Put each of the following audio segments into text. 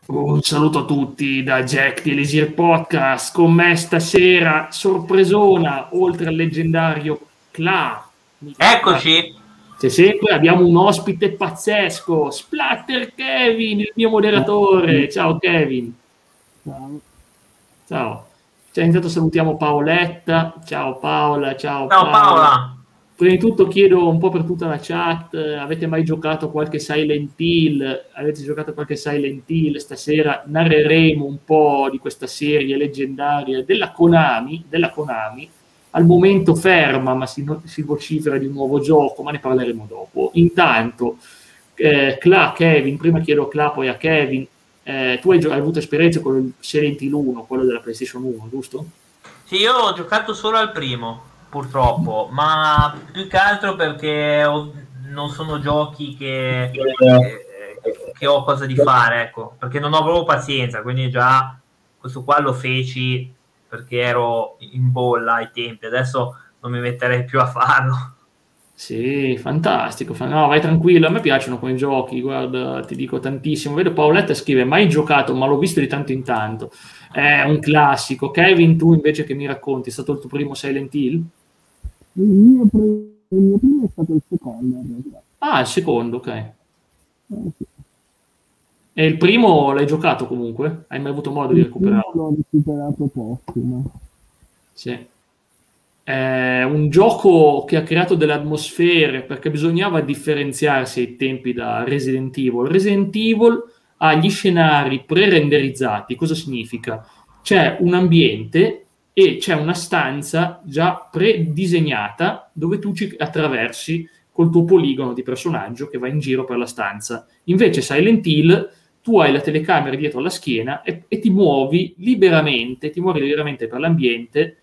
Un saluto a tutti da Jack di Elisir Podcast. Con me stasera, sorpresona, oltre al leggendario Cla. Mitica Cla. Eccoci. C'è sempre, abbiamo un ospite pazzesco, Splatter Kevin, il mio moderatore. Ciao Kevin. Ciao. Ciao. Cioè, intanto salutiamo Paoletta. Ciao Paola, ciao Ciao Paola. Paola. Prima di tutto chiedo un po' per tutta la chat, avete mai giocato qualche Silent Hill? Avete giocato qualche Silent Hill? Stasera narreremo un po' di questa serie leggendaria della Konami, al momento ferma, ma si vocifera di un nuovo gioco, ma ne parleremo dopo. Intanto, Kevin, prima chiedo a Cla, poi a Kevin, tu hai avuto esperienza con il Silent Hill 1, quello della PlayStation 1, giusto? Sì, io ho giocato solo al primo, purtroppo, ma più che altro perché non sono giochi che ho cosa di fare, ecco, perché non ho proprio pazienza, quindi già questo qua lo feci perché ero in bolla ai tempi, adesso non mi metterei più a farlo. Sì, fantastico. No, vai tranquillo, a me piacciono quei giochi, guarda, ti dico tantissimo. Vedo Paoletta scrive, mai giocato, ma l'ho visto di tanto in tanto. È un classico. Kevin, tu invece che mi racconti, è stato il tuo primo Silent Hill? Il mio primo è stato il secondo, in realtà. Ah, il secondo, ok. Sì. E il primo l'hai giocato comunque? Hai mai avuto modo di Il primo recuperarlo? l'ho recuperato postumo. Sì. È un gioco che ha creato delle atmosfere perché bisognava differenziarsi ai tempi da Resident Evil. Resident Evil ha gli scenari pre-renderizzati. Cosa significa? C'è un ambiente e c'è una stanza già predisegnata dove tu ci attraversi col tuo poligono di personaggio che va in giro per la stanza. Invece Silent Hill tu hai la telecamera dietro alla schiena e ti muovi liberamente per l'ambiente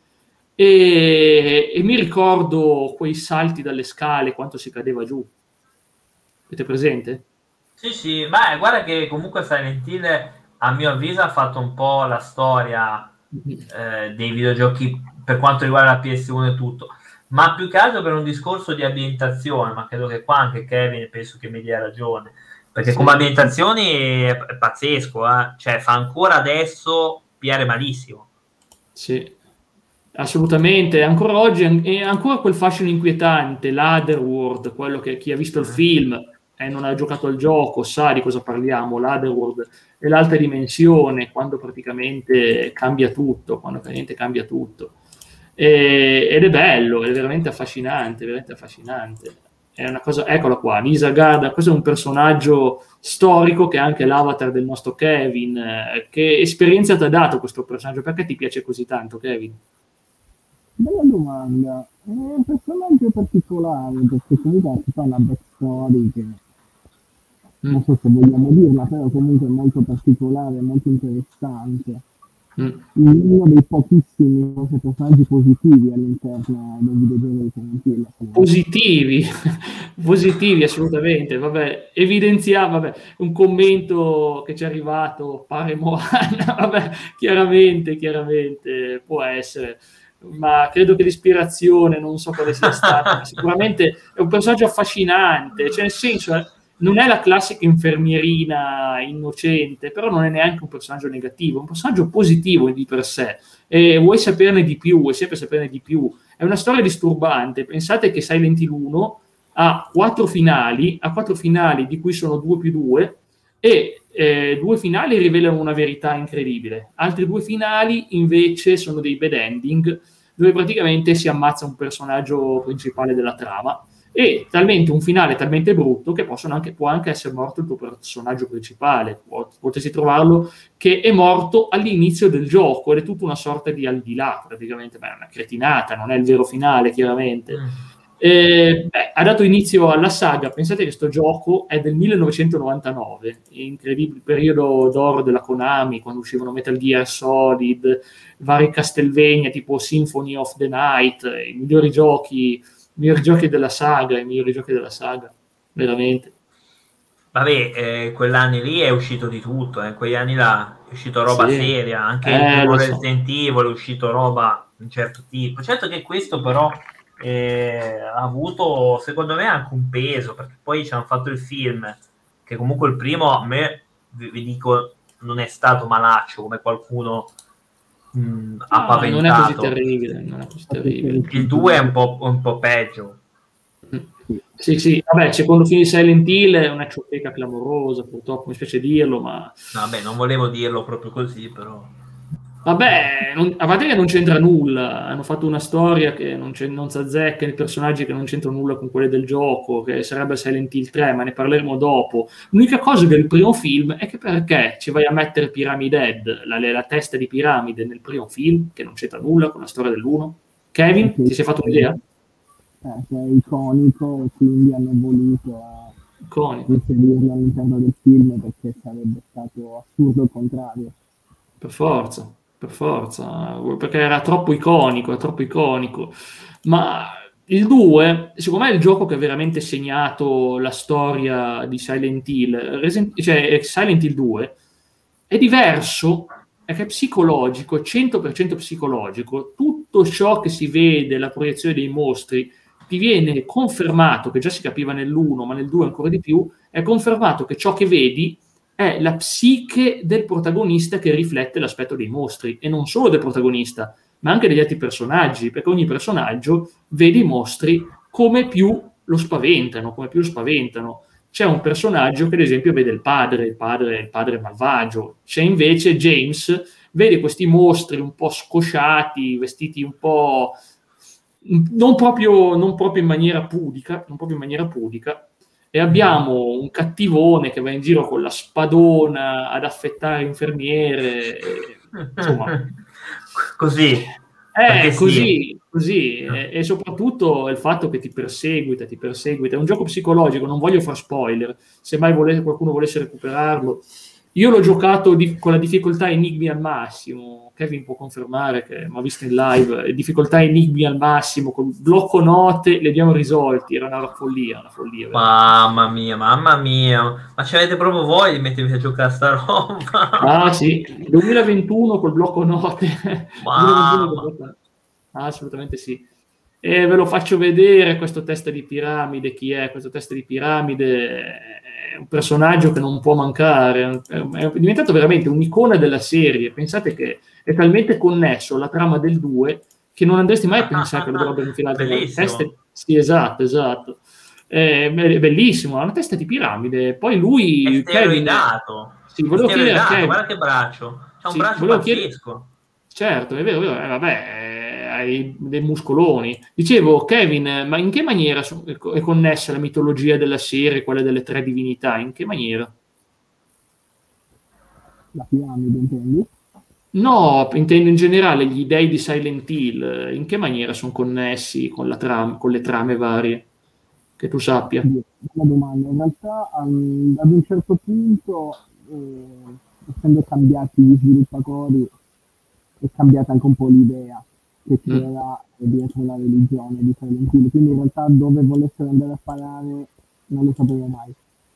e mi ricordo quei salti dalle scale, quanto si cadeva giù. Avete presente? Sì, sì, ma guarda che comunque Silent Hill, a mio avviso, ha fatto un po' la storia dei videogiochi per quanto riguarda la PS1 e tutto, ma più che altro per un discorso di ambientazione, ma credo che qua anche Kevin penso che mi dia ragione, perché come Sì, ambientazioni è pazzesco, cioè fa ancora adesso piare malissimo. sì. Assolutamente, ancora oggi è ancora quel fascino inquietante, l'Otherworld, quello che chi ha visto il film e non ha giocato al gioco sa di cosa parliamo, l'Otherworld è l'altra dimensione, quando praticamente cambia tutto, quando praticamente cambia tutto. Ed è bello, è veramente affascinante, veramente affascinante. È una cosa, eccola qua, Lisa Garda, questo è un personaggio storico che è anche l'avatar del nostro Kevin. Che esperienza ti ha dato questo personaggio? Perché ti piace così tanto, Kevin? Bella domanda. È un personaggio particolare perché comunque si fa una backstory che non Mm, so se vogliamo dirla, però comunque è molto particolare, molto interessante. mm. Uno dei pochissimi forse, personaggi positivi all'interno del videogioco di Silent Hill. Positivi, positivi assolutamente. Vabbè, vabbè, un commento che ci è arrivato, pare Moana, vabbè, chiaramente può essere, ma credo che l'ispirazione non so quale sia stata, ma sicuramente è un personaggio affascinante, cioè nel senso, non è la classica infermierina innocente, però non è neanche un personaggio negativo, è un personaggio positivo di per sé. E vuoi saperne di più, vuoi sempre saperne di più. È una storia disturbante. Pensate che Silent Hill 1 ha quattro finali di cui sono 2 più 2 e due finali rivelano una verità incredibile. Altri due finali invece sono dei bad ending dove praticamente si ammazza un personaggio principale della trama e talmente un finale talmente brutto che può anche essere morto il tuo personaggio principale, potresti trovarlo che è morto all'inizio del gioco ed è tutta una sorta di al di là praticamente, ma è una cretinata, non è il vero finale chiaramente. Ha dato inizio alla saga, pensate che questo gioco è del 1999, incredibile periodo d'oro della Konami, quando uscivano Metal Gear Solid, vari Castlevania tipo Symphony of the Night, i migliori giochi della saga, veramente. Vabbè, quegli anni lì è uscito di tutto, in quegli anni là è uscito roba Sì, seria, anche il primo lo so. Resident Evil è uscito roba di un certo tipo. Certo che questo però ha avuto, secondo me, anche un peso, perché poi ci hanno fatto il film, che comunque il primo a me, vi dico non è stato malaccio come qualcuno ha non è così paventato. terribile, non è così terribile. Il 2 è un po' peggio. Sì, vabbè, il secondo film di Silent Hill è una ciofeca clamorosa, purtroppo mi spiace dirlo, ma... Vabbè, non volevo dirlo proprio così, però... Vabbè, a parte che non c'entra nulla, hanno fatto una storia che non s'azzecca, i personaggi che non c'entrano nulla con quelle del gioco, che sarebbe Silent Hill 3, ma ne parleremo dopo. L'unica cosa del primo film è che perché ci vai a mettere Pyramid Head, la testa di piramide nel primo film, che non c'entra nulla con la storia dell'uno? Kevin, ti sei fatto un'idea? Che è iconico, e quindi hanno voluto inserirlo all'interno del film perché sarebbe stato assurdo il contrario. Per forza, perché era troppo iconico, ma il 2, secondo me è il gioco che ha veramente segnato la storia di Silent Hill, cioè Silent Hill 2 è diverso, è che è psicologico, 100% psicologico, tutto ciò che si vede, la proiezione dei mostri, ti viene confermato, che già si capiva nell'1, ma nel 2 ancora di più, è confermato che ciò che vedi è la psiche del protagonista che riflette l'aspetto dei mostri, e non solo del protagonista, ma anche degli altri personaggi, perché ogni personaggio vede i mostri come più lo spaventano. C'è un personaggio che ad esempio vede il padre malvagio, c'è invece James, vede questi mostri un po' scosciati, vestiti un po' non proprio in maniera pudica, e abbiamo un cattivone che va in giro con la spadona ad affettare infermiere, insomma così così e soprattutto il fatto che ti perseguita, è un gioco psicologico, non voglio far spoiler, se mai qualcuno volesse recuperarlo. Io l'ho giocato con la difficoltà enigmi al massimo, Kevin può confermare che mi ha visto in live, difficoltà enigmi al massimo, con blocco note li abbiamo risolti, era una follia. Mamma mia, ma ci avete proprio voi di mettervi a giocare a sta roba? Ah sì, 2021 col blocco note. 2021 assolutamente sì. E ve lo faccio vedere questo testa di piramide. Chi è questo testa di piramide? È un personaggio che non può mancare, è diventato veramente un'icona della serie. Pensate che è talmente connesso alla trama del 2 che non andresti mai a pensare che lo dovrebbero infilare nella testa. Sì, esatto. È bellissimo, ha una testa di piramide. Poi lui... È steroidato. Sì, volevo chiedere a Kevin. Guarda che braccio, c'ha un braccio pazzesco. Certo, è vero, vabbè, hai dei muscoloni. Dicevo, Kevin, ma in che maniera è connessa la mitologia della serie, quella delle tre divinità? In che maniera? La piramide, intendi? No, intendo in generale gli dei di Silent Hill. In che maniera sono connessi con le trame varie? Che tu sappia. Una domanda. In realtà, ad un certo punto, essendo cambiati gli sviluppatori, è cambiata anche un po' l'idea che c'era dietro la religione di Silent Hill, quindi in realtà dove volessero andare a parare non lo sapevo mai.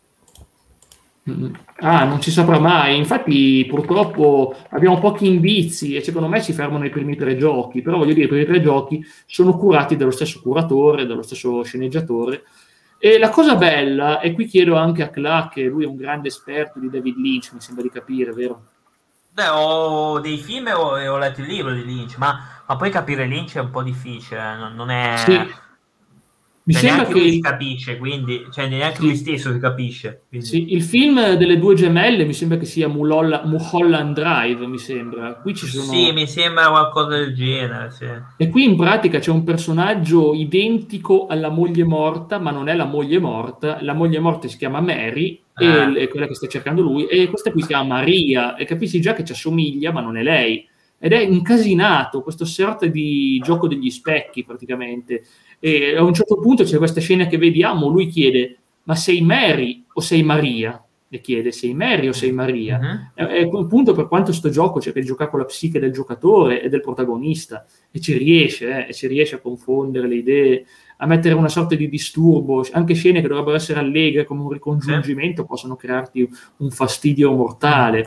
Non si saprà mai, infatti purtroppo abbiamo pochi indizi e secondo me si fermano ai primi 3 giochi, però voglio dire, i primi 3 giochi sono curati dallo stesso curatore, dallo stesso sceneggiatore. E la cosa bella, e qui chiedo anche a Clark, che lui è un grande esperto di David Lynch, mi sembra di capire, vero? Beh, ho dei film e ho letto il libro di Lynch, ma poi capire Lynch è un po' difficile, non è... Sì. Mi sembra neanche che lui si capisce, quindi, cioè neanche lui stesso si capisce. Quindi. Sì, il film delle due gemelle mi sembra che sia Mulholland Drive, mi sembra. Qui ci sono... Sì, mi sembra qualcosa del genere, sì. E qui in pratica c'è un personaggio identico alla moglie morta, ma non è la moglie morta si chiama Mary, e è quella che sta cercando lui, e questa qui si chiama Maria, e capisci già che ci assomiglia, ma non è lei. Ed è incasinato, questo sorta di gioco degli specchi praticamente. E a un certo punto c'è questa scena che vediamo, lui chiede: ma sei Mary o sei Maria? Le chiede: sei Mary o sei Maria? È appunto per quanto sto gioco cerca di giocare con la psiche del giocatore e del protagonista, e ci riesce a confondere le idee, a mettere una sorta di disturbo, anche scene che dovrebbero essere allegre come un ricongiungimento possono crearti un fastidio mortale,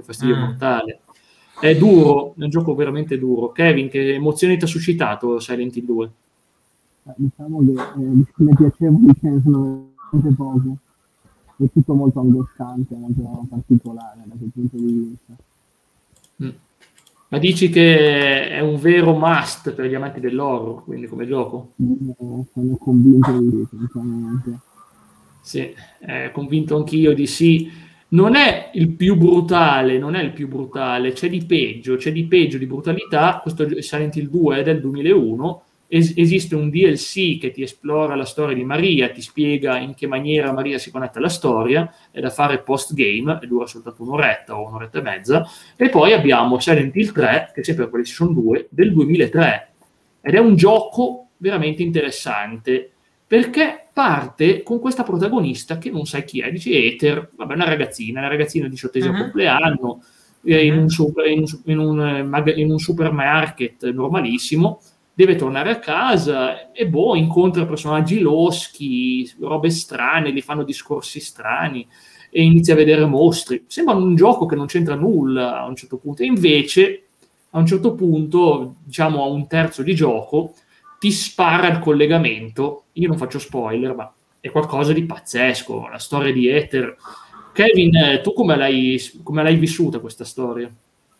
È duro, è un gioco veramente duro. Kevin, che emozioni ti ha suscitato Silent Hill 2? Diciamo che le piacevoli ce ne sono veramente poche. è tutto molto angosciante, molto particolare da quel punto di vista. Ma dici che è un vero must per gli amanti dell'horror, quindi come gioco? Sono convinto di sì, sinceramente. Sì, convinto anch'io di sì. Non è il più brutale, c'è di peggio di brutalità. Questo Silent Hill 2 è del 2001. Esiste un DLC che ti esplora la storia di Maria, ti spiega in che maniera Maria si connette alla storia, è da fare post game, e dura soltanto un'oretta o un'oretta e mezza. E poi abbiamo Silent Hill 3, che è sempre per PlayStation 2, del 2003, ed è un gioco veramente interessante, perché parte con questa protagonista che non sai chi è, dici Ether, vabbè, una ragazzina al 18esimo compleanno, in un supermarket normalissimo, deve tornare a casa e incontra personaggi loschi, robe strane, gli fanno discorsi strani e inizia a vedere mostri. Sembra un gioco che non c'entra nulla a un certo punto, e invece a un certo punto, diciamo a un terzo di gioco, ti spara il collegamento. Io non faccio spoiler, ma è qualcosa di pazzesco, la storia di Ether. Kevin, tu come l'hai vissuta questa storia?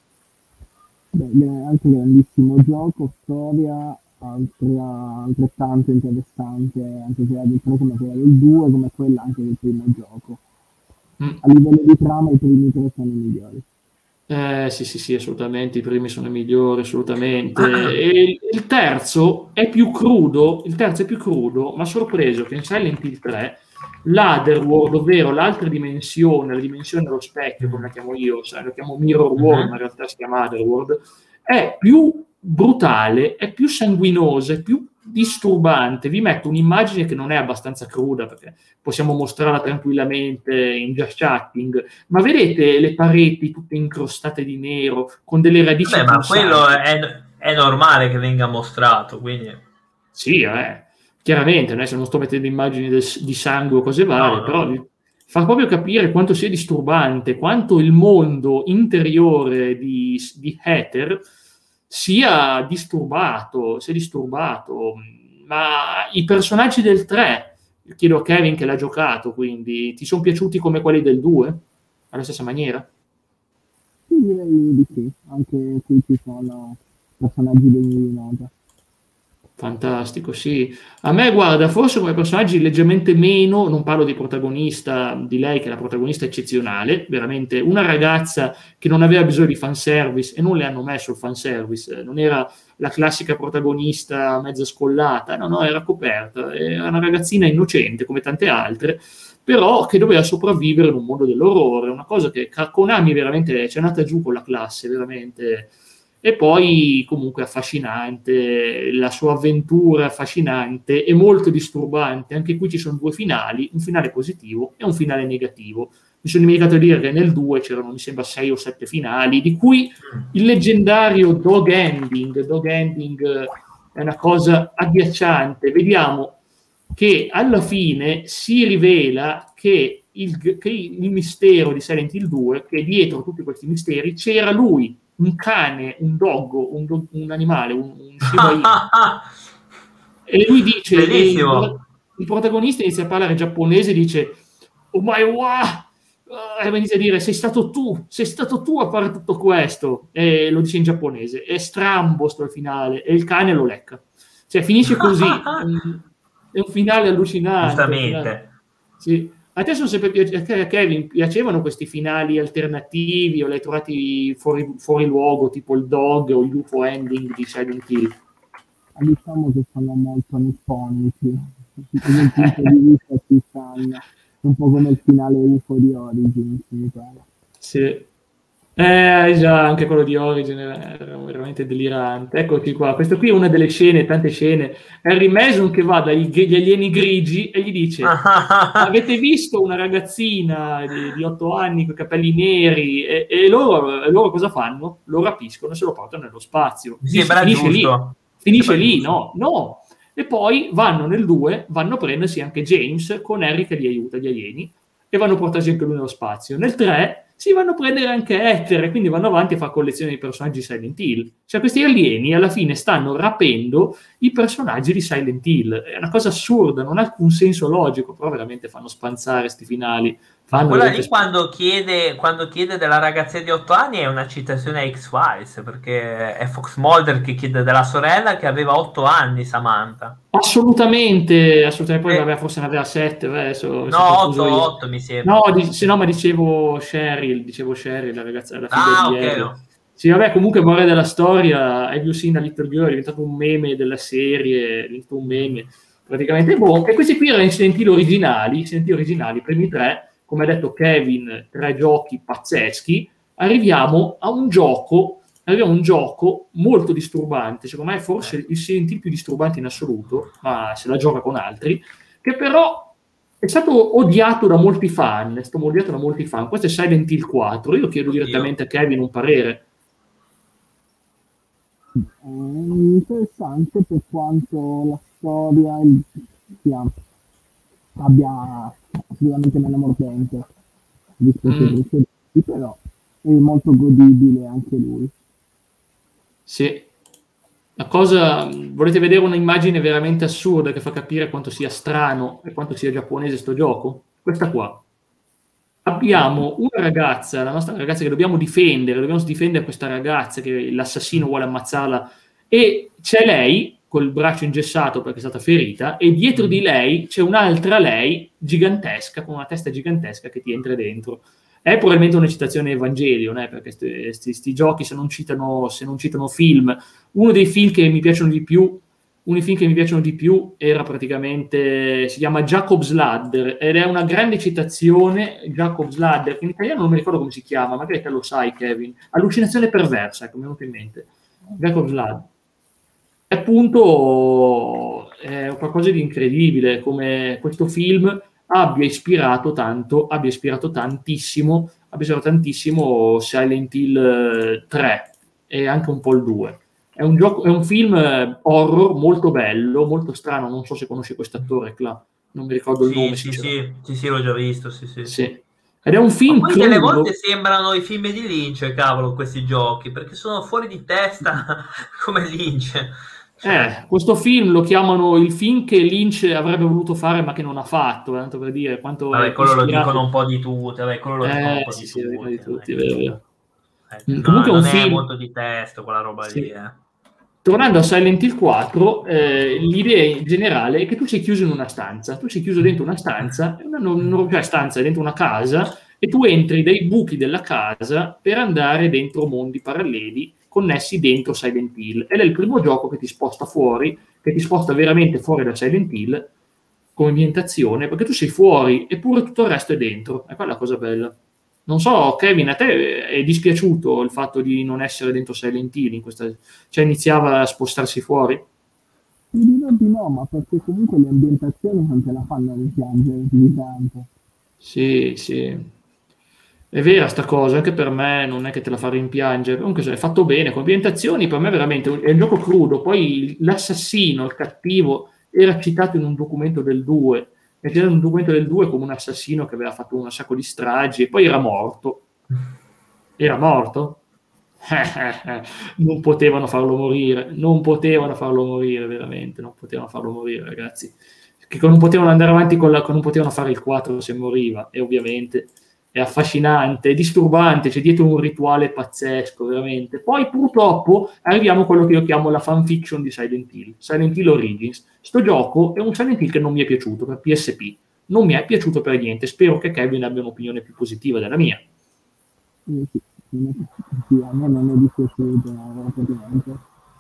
Anche grandissimo gioco, storia altrettanto interessante, anche quella del 3 come quella del 2, come quella anche del primo gioco. A livello di trama i primi 3 sono i migliori. Sì, assolutamente, i primi sono i migliori, assolutamente. E il terzo è più crudo, ma sorpreso che in Silent Hill 3 l'Otherworld, ovvero l'altra dimensione, la dimensione dello specchio, come la chiamo io, lo chiamo Mirror World, ma in realtà si chiama Otherworld, è più brutale, è più sanguinosa, è più disturbante. Vi metto un'immagine che non è abbastanza cruda, perché possiamo mostrarla tranquillamente in just chatting, ma vedete le pareti tutte incrostate di nero, con delle radici ma quello è normale che venga mostrato, quindi... Sì, chiaramente, adesso non sto mettendo immagini di sangue o cose varie, No. però fa proprio capire quanto sia disturbante, quanto il mondo interiore di Heather sia disturbato, ma i personaggi del 3, chiedo a Kevin che l'ha giocato, quindi ti sono piaciuti come quelli del 2? Alla stessa maniera? Sì, direi di sì, anche qui ci sono personaggi degni di nota. Fantastico, sì. A me, guarda, forse come personaggi leggermente meno, non parlo di protagonista, di lei che è la protagonista eccezionale, veramente una ragazza che non aveva bisogno di fanservice e non le hanno messo il fanservice, non era la classica protagonista mezza scollata, no, era coperta, era una ragazzina innocente come tante altre, però che doveva sopravvivere in un mondo dell'orrore, una cosa che Konami veramente ci è andata giù con la classe, veramente. E poi comunque affascinante, la sua avventura affascinante e molto disturbante. Anche qui ci sono due finali, un finale positivo e un finale negativo. Mi sono dimenticato di dire che nel 2 c'erano, mi sembra, 6 o 7 finali, di cui il leggendario Dog Ending. Dog Ending è una cosa agghiacciante. Vediamo che alla fine si rivela che il mistero di Silent Hill 2, che dietro tutti questi misteri c'era lui, un cane, un doggo, un animale, un Shiba Inu. E lui dice, il protagonista inizia a parlare giapponese e dice omae wa, e inizia a dire sei stato tu a fare tutto questo, e lo dice in giapponese, è strambo sto il finale, e il cane lo lecca, cioè finisce così, è un finale allucinante. Giustamente. Sì. A te sono sempre Kevin, piacevano questi finali alternativi o li hai trovati fuori luogo, tipo il Dog o il UFO ending di Silent Hill? Diciamo che sono molto nipponici, da un punto di vista ci stanno, un po' come il finale UFO di Origins, mi pare. Sì. Già, anche quello di Origin era veramente delirante. Eccoti qua, questa qui è una delle scene, tante scene. Harry Mason che va dagli alieni grigi e gli dice avete visto una ragazzina di 8 anni con i capelli neri e loro cosa fanno? Lo rapiscono e se lo portano nello spazio. Finisce lì, no. E poi vanno nel 2, vanno a prendersi anche James con Harry che li aiuta, gli alieni, e vanno a portarsi anche lui nello spazio. Nel 3 si vanno a prendere anche Ether, e quindi vanno avanti a fare collezione di personaggi Silent Hill. Cioè questi alieni alla fine stanno rapendo i personaggi di Silent Hill. È una cosa assurda, non ha alcun senso logico, però veramente fanno spanzare sti finali. Ma quella lì quando chiede della ragazzina di 8 anni è una citazione a X-Files, perché è Fox Mulder che chiede della sorella che aveva 8 anni, Samantha. Assolutamente, poi vabbè, forse ne aveva 7, adesso no, 8 mi sembra. No, ma dicevo Cheryl, la ragazza, la figlia di Harry. No. Sì, vabbè, comunque morale della storia, Have You Seen a Little Girl è diventato un meme della serie, è diventato un meme praticamente. Boh, e questi qui erano i Silent Hill originali, i primi 3, come ha detto Kevin, 3 giochi pazzeschi. Arriviamo a un gioco molto disturbante, secondo me è forse il Silent Hill più disturbante in assoluto, ma se la gioca con altri, che però è stato odiato da molti fan. Questo è Silent Hill 4. Io chiedo direttamente a Kevin un parere. È interessante per quanto la storia abbia sicuramente meno mordente rispetto ai precedenti, però è molto godibile anche lui. Sì. La cosa, volete vedere un'immagine veramente assurda che fa capire quanto sia strano e quanto sia giapponese sto gioco? Questa qua. Abbiamo una ragazza, la nostra ragazza, che dobbiamo difendere questa ragazza che l'assassino vuole ammazzarla, e c'è lei col braccio ingessato perché è stata ferita, e dietro di lei c'è un'altra lei gigantesca, con una testa gigantesca che ti entra dentro. È probabilmente una citazione Evangelion, perché questi giochi, se non citano film, uno dei film che mi piacciono di più era praticamente, si chiama Jacob's Ladder, ed è una grande citazione. Jacob's Ladder, che in italiano non mi ricordo come si chiama, magari te lo sai, Kevin. Allucinazione perversa, ecco, mi è venuto in mente. Jacob's Ladder. Appunto, è qualcosa di incredibile come questo film abbia ispirato tantissimo Silent Hill 3 e anche un po' il 2. È un film horror molto bello, molto strano. Non so se conosci quest'attore, non mi ricordo il nome. Sì, l'ho già visto. Sì. Ed è un film ma poi delle volte sembrano i film di Lynch, cavolo, questi giochi, perché sono fuori di testa come Lynch. Questo film lo chiamano il film che Lynch avrebbe voluto fare ma che non ha fatto, tanto per dire quanto. Vabbè, quello lo dicono un po' di tutti. Vero. Comunque non è molto di testo quella roba lì. Tornando a Silent Hill 4, l'idea generale è che tu sei chiuso in una stanza, dentro una stanza, dentro una casa, e tu entri dai buchi della casa per andare dentro mondi paralleli connessi dentro Silent Hill, ed è il primo gioco che ti sposta fuori, che ti sposta veramente fuori da Silent Hill come ambientazione, perché tu sei fuori eppure tutto il resto è dentro. È quella la cosa bella. Non so, Kevin, a te è dispiaciuto il fatto di non essere dentro Silent Hill cioè iniziava a spostarsi fuori? Di no, ma perché comunque le ambientazioni non te la fanno rimpiangere di tanto. Sì. È vera sta cosa, anche per me non è che te la fa rimpiangere. Comunque è fatto bene, con ambientazioni per me veramente è un gioco crudo. Poi l'assassino, il cattivo, era citato in un documento del 2, come un assassino che aveva fatto un sacco di stragi, e poi era morto. Non potevano farlo morire, veramente, non potevano farlo morire, ragazzi. Che non potevano andare avanti non potevano fare il 4 se moriva, e ovviamente è affascinante, è disturbante, c'è dietro un rituale pazzesco, veramente. Poi purtroppo arriviamo a quello che io chiamo la fanfiction di Silent Hill Origins. Sto gioco è un Silent Hill che non mi è piaciuto per PSP, non mi è piaciuto per niente. Spero che Kevin abbia un'opinione più positiva della mia. Sì, a me non è dispiaciuto praticamente.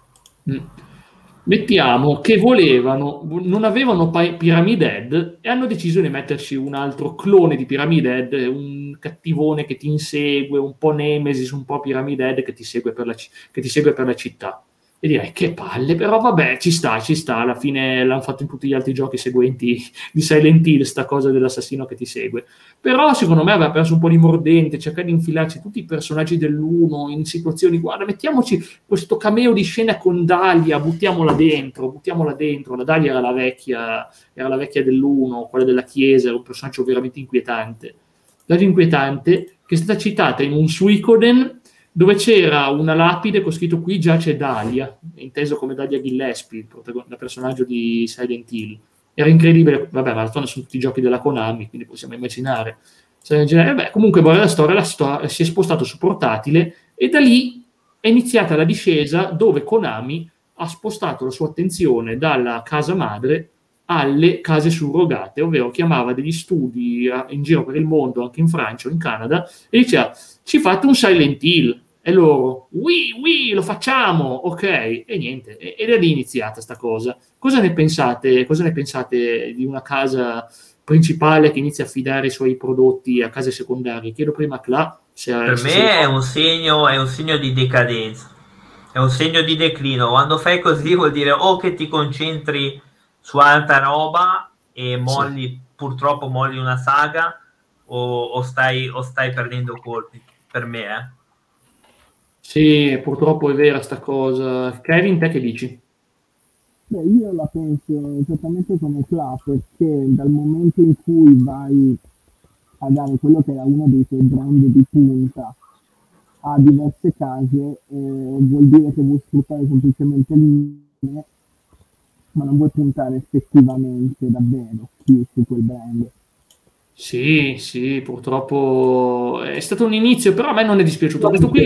Mettiamo che non avevano Pyramid Head e hanno deciso di metterci un altro clone di Pyramid Head, un cattivone che ti insegue, un po' Nemesis, un po' Pyramid Head che ti segue per la città. E direi che palle, però vabbè, ci sta, alla fine l'hanno fatto in tutti gli altri giochi seguenti di Silent Hill, sta cosa dell'assassino che ti segue. Però secondo me aveva perso un po' di mordente, cercare di infilarci tutti i personaggi dell'1 in situazioni, guarda, mettiamoci questo cameo di scena con Dahlia, buttiamola dentro. La Dahlia era la vecchia dell'1, quella della chiesa, era un personaggio veramente inquietante. la più inquietante, che è stata citata in un Suikoden dove c'era una lapide con scritto qui giace Dahlia, inteso come Dahlia Gillespie, il personaggio di Silent Hill. Era incredibile, vabbè, ma sono tutti i giochi della Konami, quindi possiamo immaginare. Comunque, la storia si è spostato su portatile e da lì è iniziata la discesa dove Konami ha spostato la sua attenzione dalla casa madre alle case surrogate, ovvero chiamava degli studi in giro per il mondo, anche in Francia o in Canada, e diceva, ci fate un Silent Hill, e loro, oui, lo facciamo, ok, e niente, ed è lì iniziata sta cosa. Cosa ne pensate di una casa principale che inizia a affidare i suoi prodotti a case secondarie? Chiedo prima a Cla. Per me è un segno di decadenza, è un segno di declino. Quando fai così vuol dire o che ti concentri su altra roba e purtroppo molli una saga, o stai perdendo colpi, per me. Sì, purtroppo è vera sta cosa. Kevin, te che dici? Beh, io la penso esattamente come Cla, perché dal momento in cui vai a dare quello che era uno dei tuoi brand di punta a diverse case, vuol dire che vuoi sfruttare semplicemente il ma non vuoi puntare effettivamente davvero più su quel brand. Sì, purtroppo è stato un inizio, però a me non è dispiaciuto. Questo qui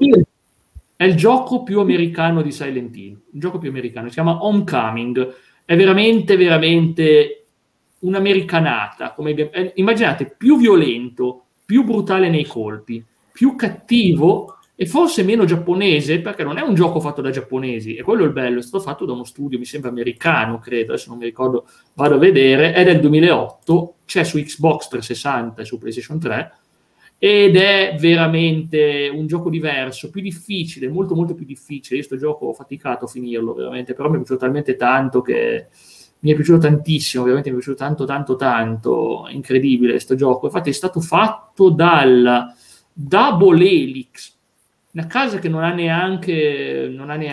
è il gioco più americano di Silent Hill, il gioco più americano, si chiama Homecoming, è veramente un'americanata, immaginate, più violento, più brutale nei colpi, più cattivo e forse meno giapponese, perché non è un gioco fatto da giapponesi, e quello è il bello, è stato fatto da uno studio, mi sembra americano, credo, adesso non mi ricordo, vado a vedere, è del 2008, c'è su Xbox 360 e su PlayStation 3, ed è veramente un gioco diverso, più difficile, molto molto più difficile. Io sto gioco ho faticato a finirlo veramente, però mi è piaciuto talmente tanto che mi è piaciuto tantissimo, veramente mi è piaciuto tanto, incredibile sto gioco. Infatti è stato fatto dal Double Helix, una casa che non ha neanche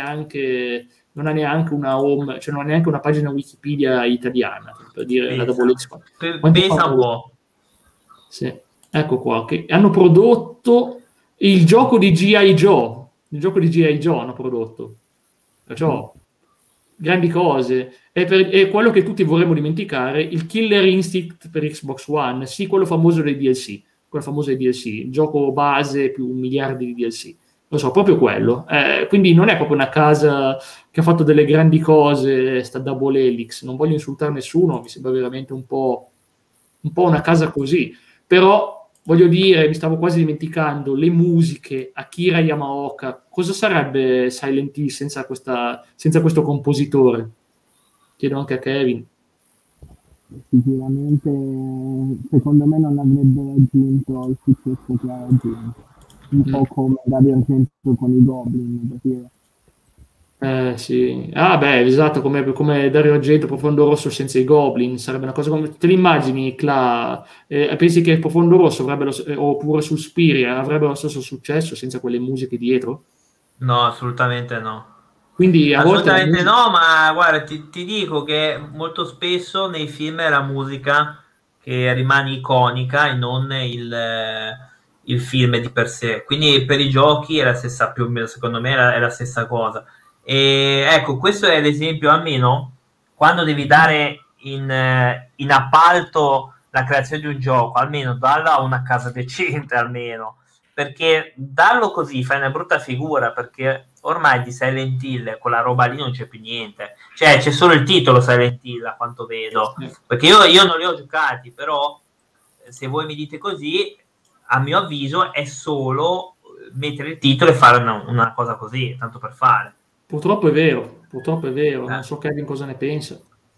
una home, cioè non ha neanche una pagina Wikipedia italiana, per dire la Double Helix. Pensa un po'. Sì. Ecco qua, che hanno prodotto il gioco di G.I. Joe. Il gioco di G.I. Joe hanno prodotto. Perciò, grandi cose. È quello che tutti vorremmo dimenticare, il Killer Instinct per Xbox One. Sì, quello famoso dei DLC. Il gioco base più 1 miliardo di DLC. Lo so, proprio quello. Quindi non è proprio una casa che ha fatto delle grandi cose, sta Double Helix. Non voglio insultare nessuno, mi sembra veramente un po' una casa così. Però voglio dire, mi stavo quasi dimenticando, le musiche, Akira Yamaoka, cosa sarebbe Silent Hill senza questo compositore? Chiedo anche a Kevin. Sicuramente, secondo me non avrebbe raggiunto il successo che ha raggiunto. Un po' come Dario Argento con i Goblin, per dire. Sì. Ah, beh, esatto, come Dario Argento, Profondo Rosso senza i Goblin, sarebbe una cosa come... Te l'immagini, pensi che Profondo Rosso oppure Suspiria avrebbero lo stesso successo senza quelle musiche dietro? No, assolutamente no. Quindi a volte assolutamente no, ma guarda, ti dico che molto spesso nei film è la musica che rimane iconica e non il film di per sé. Quindi per i giochi è la stessa, più o meno, secondo me è la stessa cosa. E ecco, questo è l'esempio, almeno quando devi dare in appalto la creazione di un gioco, almeno darla a una casa decente, almeno, perché darlo così fai una brutta figura, perché ormai di Silent Hill quella roba lì non c'è più niente, cioè c'è solo il titolo Silent Hill a quanto vedo, perché io non li ho giocati, però se voi mi dite così, a mio avviso è solo mettere il titolo e fare una cosa così, tanto per fare. Purtroppo è vero, non so Kevin cosa ne pensa.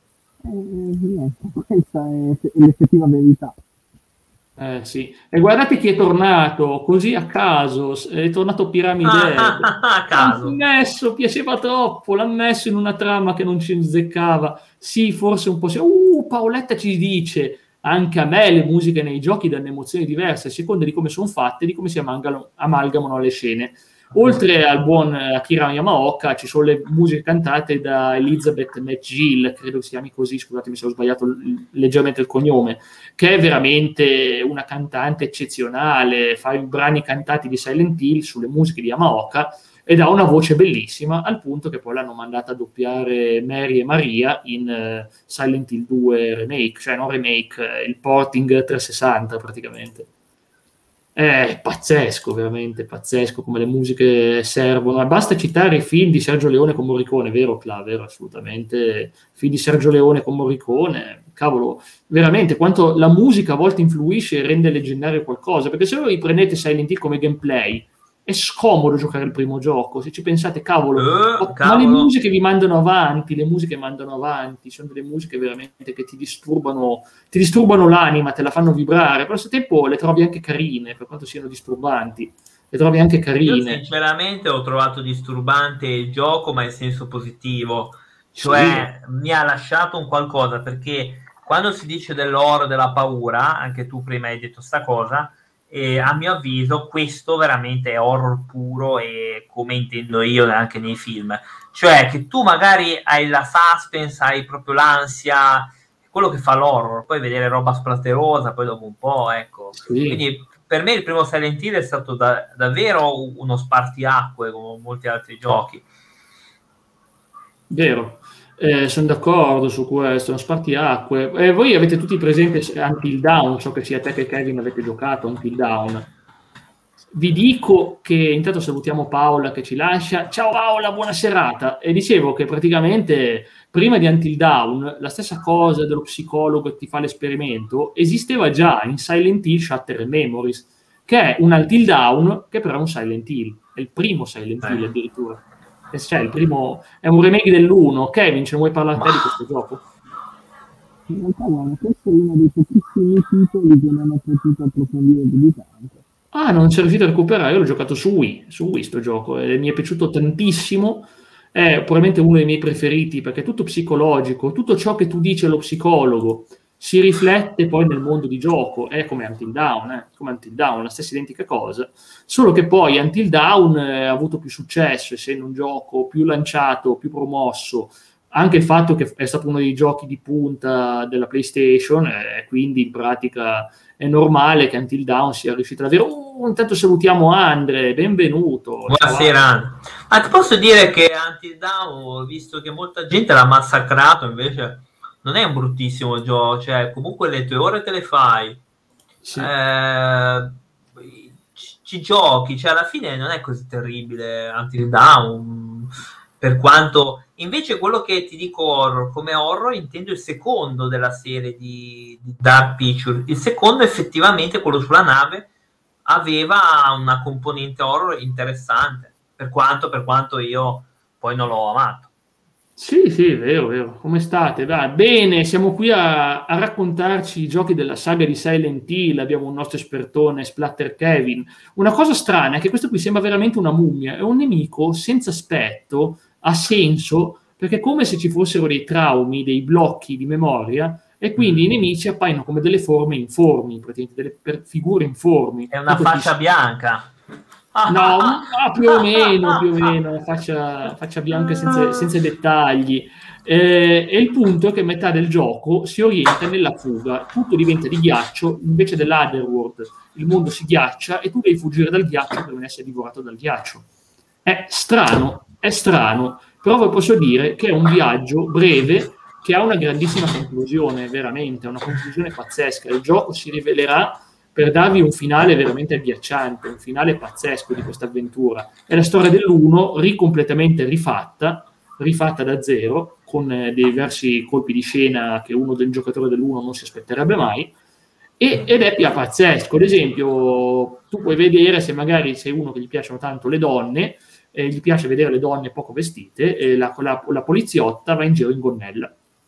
Questa è l'effettiva verità. Sì. E guardate chi è tornato così a caso, è tornato Pyramid Head. A caso. Piaceva troppo, l'ha messo in una trama che non ci zeccava. Sì, forse un po'. Paoletta ci dice, anche a me le musiche nei giochi danno emozioni diverse, a seconda di come sono fatte, di come si amalgamano alle scene. Oltre al buon Akira Yamaoka ci sono le musiche cantate da Elizabeth McGill, credo si chiami così, scusatemi se ho sbagliato leggermente il cognome, che è veramente una cantante eccezionale, fa i brani cantati di Silent Hill sulle musiche di Yamaoka ed ha una voce bellissima, al punto che poi l'hanno mandata a doppiare Mary e Maria in Silent Hill 2 remake, cioè non remake, il porting 360 praticamente. È pazzesco, veramente pazzesco come le musiche servono. Basta citare i film di Sergio Leone con Morricone, vero Cla, vero, assolutamente. Film di Sergio Leone con Morricone, cavolo, veramente quanto la musica a volte influisce e rende leggendario qualcosa, perché se voi prendete Silent Hill come gameplay, è scomodo giocare il primo gioco, se ci pensate, cavolo, ma le musiche vi mandano avanti, le musiche mandano avanti, sono delle musiche veramente che ti disturbano l'anima, te la fanno vibrare, però allo stesso tempo le trovi anche carine, per quanto siano disturbanti, le trovi anche carine. Io sinceramente ho trovato disturbante il gioco, ma in senso positivo, cioè sì, mi ha lasciato un qualcosa, perché quando si dice dell'horror, della paura, anche tu prima hai detto sta cosa, e a mio avviso questo veramente è horror puro, e come intendo io anche nei film, cioè che tu magari hai la suspense, hai proprio l'ansia, quello che fa l'horror, poi vedere roba splatterosa poi dopo un po', ecco. Sì. Quindi per me il primo Silent Hill è stato davvero uno spartiacque come molti altri giochi. Vero. Sono d'accordo su questo, uno spartiacque. Voi avete tutti presente Until Dawn, so che sia te che Kevin avete giocato Until Dawn. Vi dico che intanto salutiamo Paola che ci lascia. Ciao Paola, buona serata. E dicevo che praticamente prima di Until Dawn la stessa cosa dello psicologo che ti fa l'esperimento esisteva già in Silent Hill Shattered Memories, che è un Until Dawn che però è un Silent Hill, è il primo Silent Hill addirittura. Cioè, il primo è un remake dell'1. Kevin, ce ne vuoi parlare te di questo gioco? In realtà, guarda, questo è uno dei pochissimi titoli che non ho potuto approfondire più di tanto. Ah, non sei riuscito a recuperare? Io l'ho giocato su Wii sto gioco, e mi è piaciuto tantissimo. È probabilmente uno dei miei preferiti, perché è tutto psicologico, tutto ciò che tu dici allo psicologo si riflette poi nel mondo di gioco, è come Until Dawn, la stessa identica cosa, solo che poi Until Dawn ha avuto più successo, essendo un gioco più lanciato, più promosso, anche il fatto che è stato uno dei giochi di punta della PlayStation, quindi in pratica è normale che Until Dawn sia riuscito ad avere... intanto salutiamo Andre, benvenuto. Buonasera. Ma ti posso dire che Until Dawn, visto che molta gente l'ha massacrato, invece... non è un bruttissimo gioco, cioè comunque le tue ore te le fai, sì. Ci giochi, cioè alla fine non è così terribile Until Dawn, per quanto invece quello che ti dico horror, come horror intendo il secondo della serie di Dark Pictures. Il secondo effettivamente, quello sulla nave, aveva una componente horror interessante, per quanto io poi non l'ho amato. Sì, vero. Come state? Bene, siamo qui a raccontarci i giochi della saga di Silent Hill, abbiamo un nostro espertone, Splatter Kevin. Una cosa strana è che questo qui sembra veramente una mummia, è un nemico senza aspetto, ha senso, perché è come se ci fossero dei traumi, dei blocchi di memoria, e quindi i nemici appaiono come delle forme informi, praticamente delle figure informi. È una faccia bianca. No, più o meno, faccia bianca senza dettagli. E il punto è che metà del gioco si orienta nella fuga, tutto diventa di ghiaccio, invece dell'Otherworld il mondo si ghiaccia e tu devi fuggire dal ghiaccio per non essere divorato dal ghiaccio. È strano, però vi posso dire che è un viaggio breve che ha una grandissima conclusione, veramente, una conclusione pazzesca. Il gioco si rivelerà per darvi un finale veramente agghiacciante, un finale pazzesco di questa avventura. È la storia dell'1 completamente rifatta da zero, con dei diversi colpi di scena che uno del giocatore dell'1 non si aspetterebbe mai, ed è pazzesco. Ad esempio, tu puoi vedere, se magari sei uno che gli piacciono tanto le donne, gli piace vedere le donne poco vestite, la poliziotta va in giro in gonnella.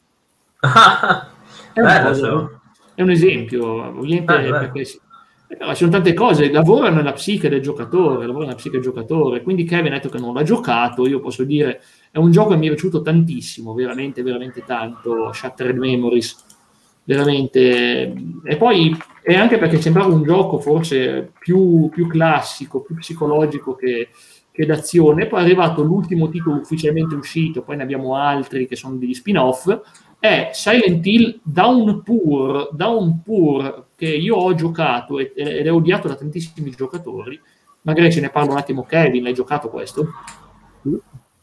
È un esempio, ovviamente, perché ci sono tante cose, lavorano nella psiche del giocatore, quindi Kevin ha detto che non l'ha giocato, io posso dire, è un gioco che mi è piaciuto tantissimo, veramente tanto, Shattered Memories, veramente, e poi è anche perché sembrava un gioco forse più classico, più psicologico che che d'azione. Poi è arrivato l'ultimo titolo ufficialmente uscito, poi ne abbiamo altri che sono degli spin-off, è Silent Hill Downpour, che io ho giocato ed è odiato da tantissimi giocatori. Magari ce ne parla un attimo Kevin, l'hai giocato questo? Sì.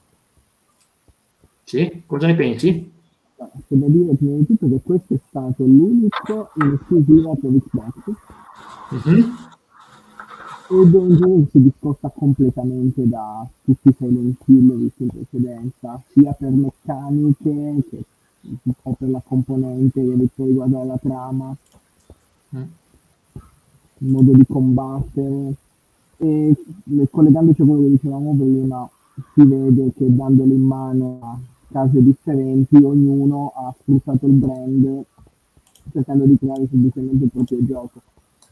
Sì? Cosa ne pensi? C'è da dire prima di tutto che questo è stato l'unico in esclusiva per Xbox. Ed è un gioco che si discosta completamente da tutti i Silent Hill visti in precedenza, sia per meccaniche che un po' per la componente che poi riguarda la trama, il modo di combattere. E collegandoci a quello che dicevamo prima, si vede che dandolo in mano a case differenti, ognuno ha sfruttato il brand cercando di creare semplicemente il proprio gioco.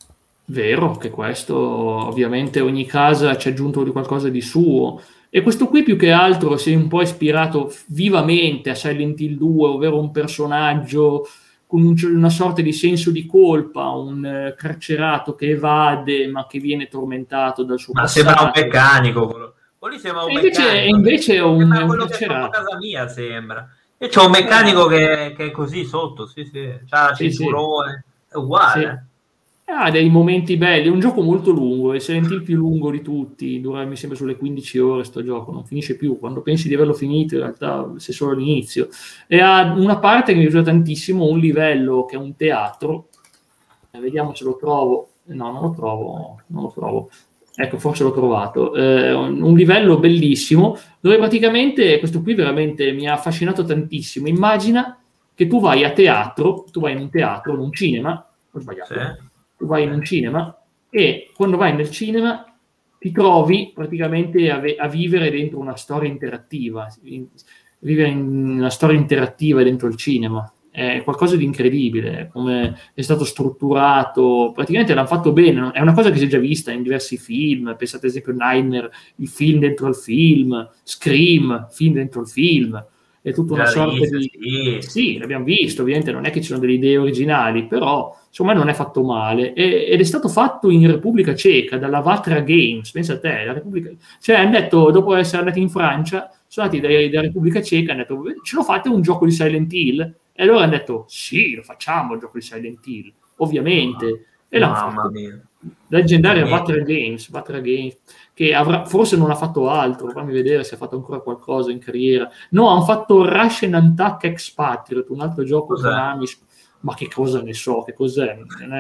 Vero, che questo ovviamente ogni casa ci ha aggiunto di qualcosa di suo, e questo qui più che altro si è un po' ispirato vivamente a Silent Hill 2, ovvero un personaggio con una sorta di senso di colpa, un carcerato che evade ma che viene tormentato dal suo passato. Sembra un meccanico quello. Lì sembra un meccanico. Invece è un quello carcerato. Che è sotto casa mia sembra. E c'è un meccanico che è così sotto, sì. C'ha la cinturone, è uguale. Ha dei momenti belli, è un gioco molto lungo, è Silent Hill più lungo di tutti, dura mi sembra sulle 15 ore sto gioco, non finisce più, quando pensi di averlo finito in realtà sei solo all'inizio, e ha una parte che mi piace tantissimo, un livello che è un teatro, vediamo se lo trovo, no non lo trovo, ecco forse l'ho trovato, un livello bellissimo, dove praticamente questo qui veramente mi ha affascinato tantissimo. Immagina che tu vai a teatro, tu vai in un teatro, in un cinema, ho sbagliato, tu vai in un cinema e quando vai nel cinema ti trovi praticamente a vivere dentro una storia interattiva, vivere in una storia interattiva dentro il cinema. È qualcosa di incredibile, come è stato strutturato, praticamente l'hanno fatto bene, è una cosa che si è già vista in diversi film, pensate ad esempio Nightmare, il film dentro il film, Scream, film dentro il film, è tutta una sorta di... Sì, l'abbiamo visto, ovviamente non è che ci sono delle idee originali, però insomma non è fatto male, ed è stato fatto in Repubblica Ceca, dalla Vatra Games, pensa a te, la Repubblica... cioè hanno detto, dopo essere andati in Francia, sono andati dalla Repubblica Ceca, hanno detto, ce lo fate un gioco di Silent Hill? E allora hanno detto, sì, lo facciamo il gioco di Silent Hill, ovviamente, e l'hanno fatto. Leggendaria Vatra Games, che forse non ha fatto altro, fammi vedere se ha fatto ancora qualcosa in carriera. No, hanno fatto Russian Attack Expatriate, un altro gioco Konami, ma che cosa ne so, che cos'è?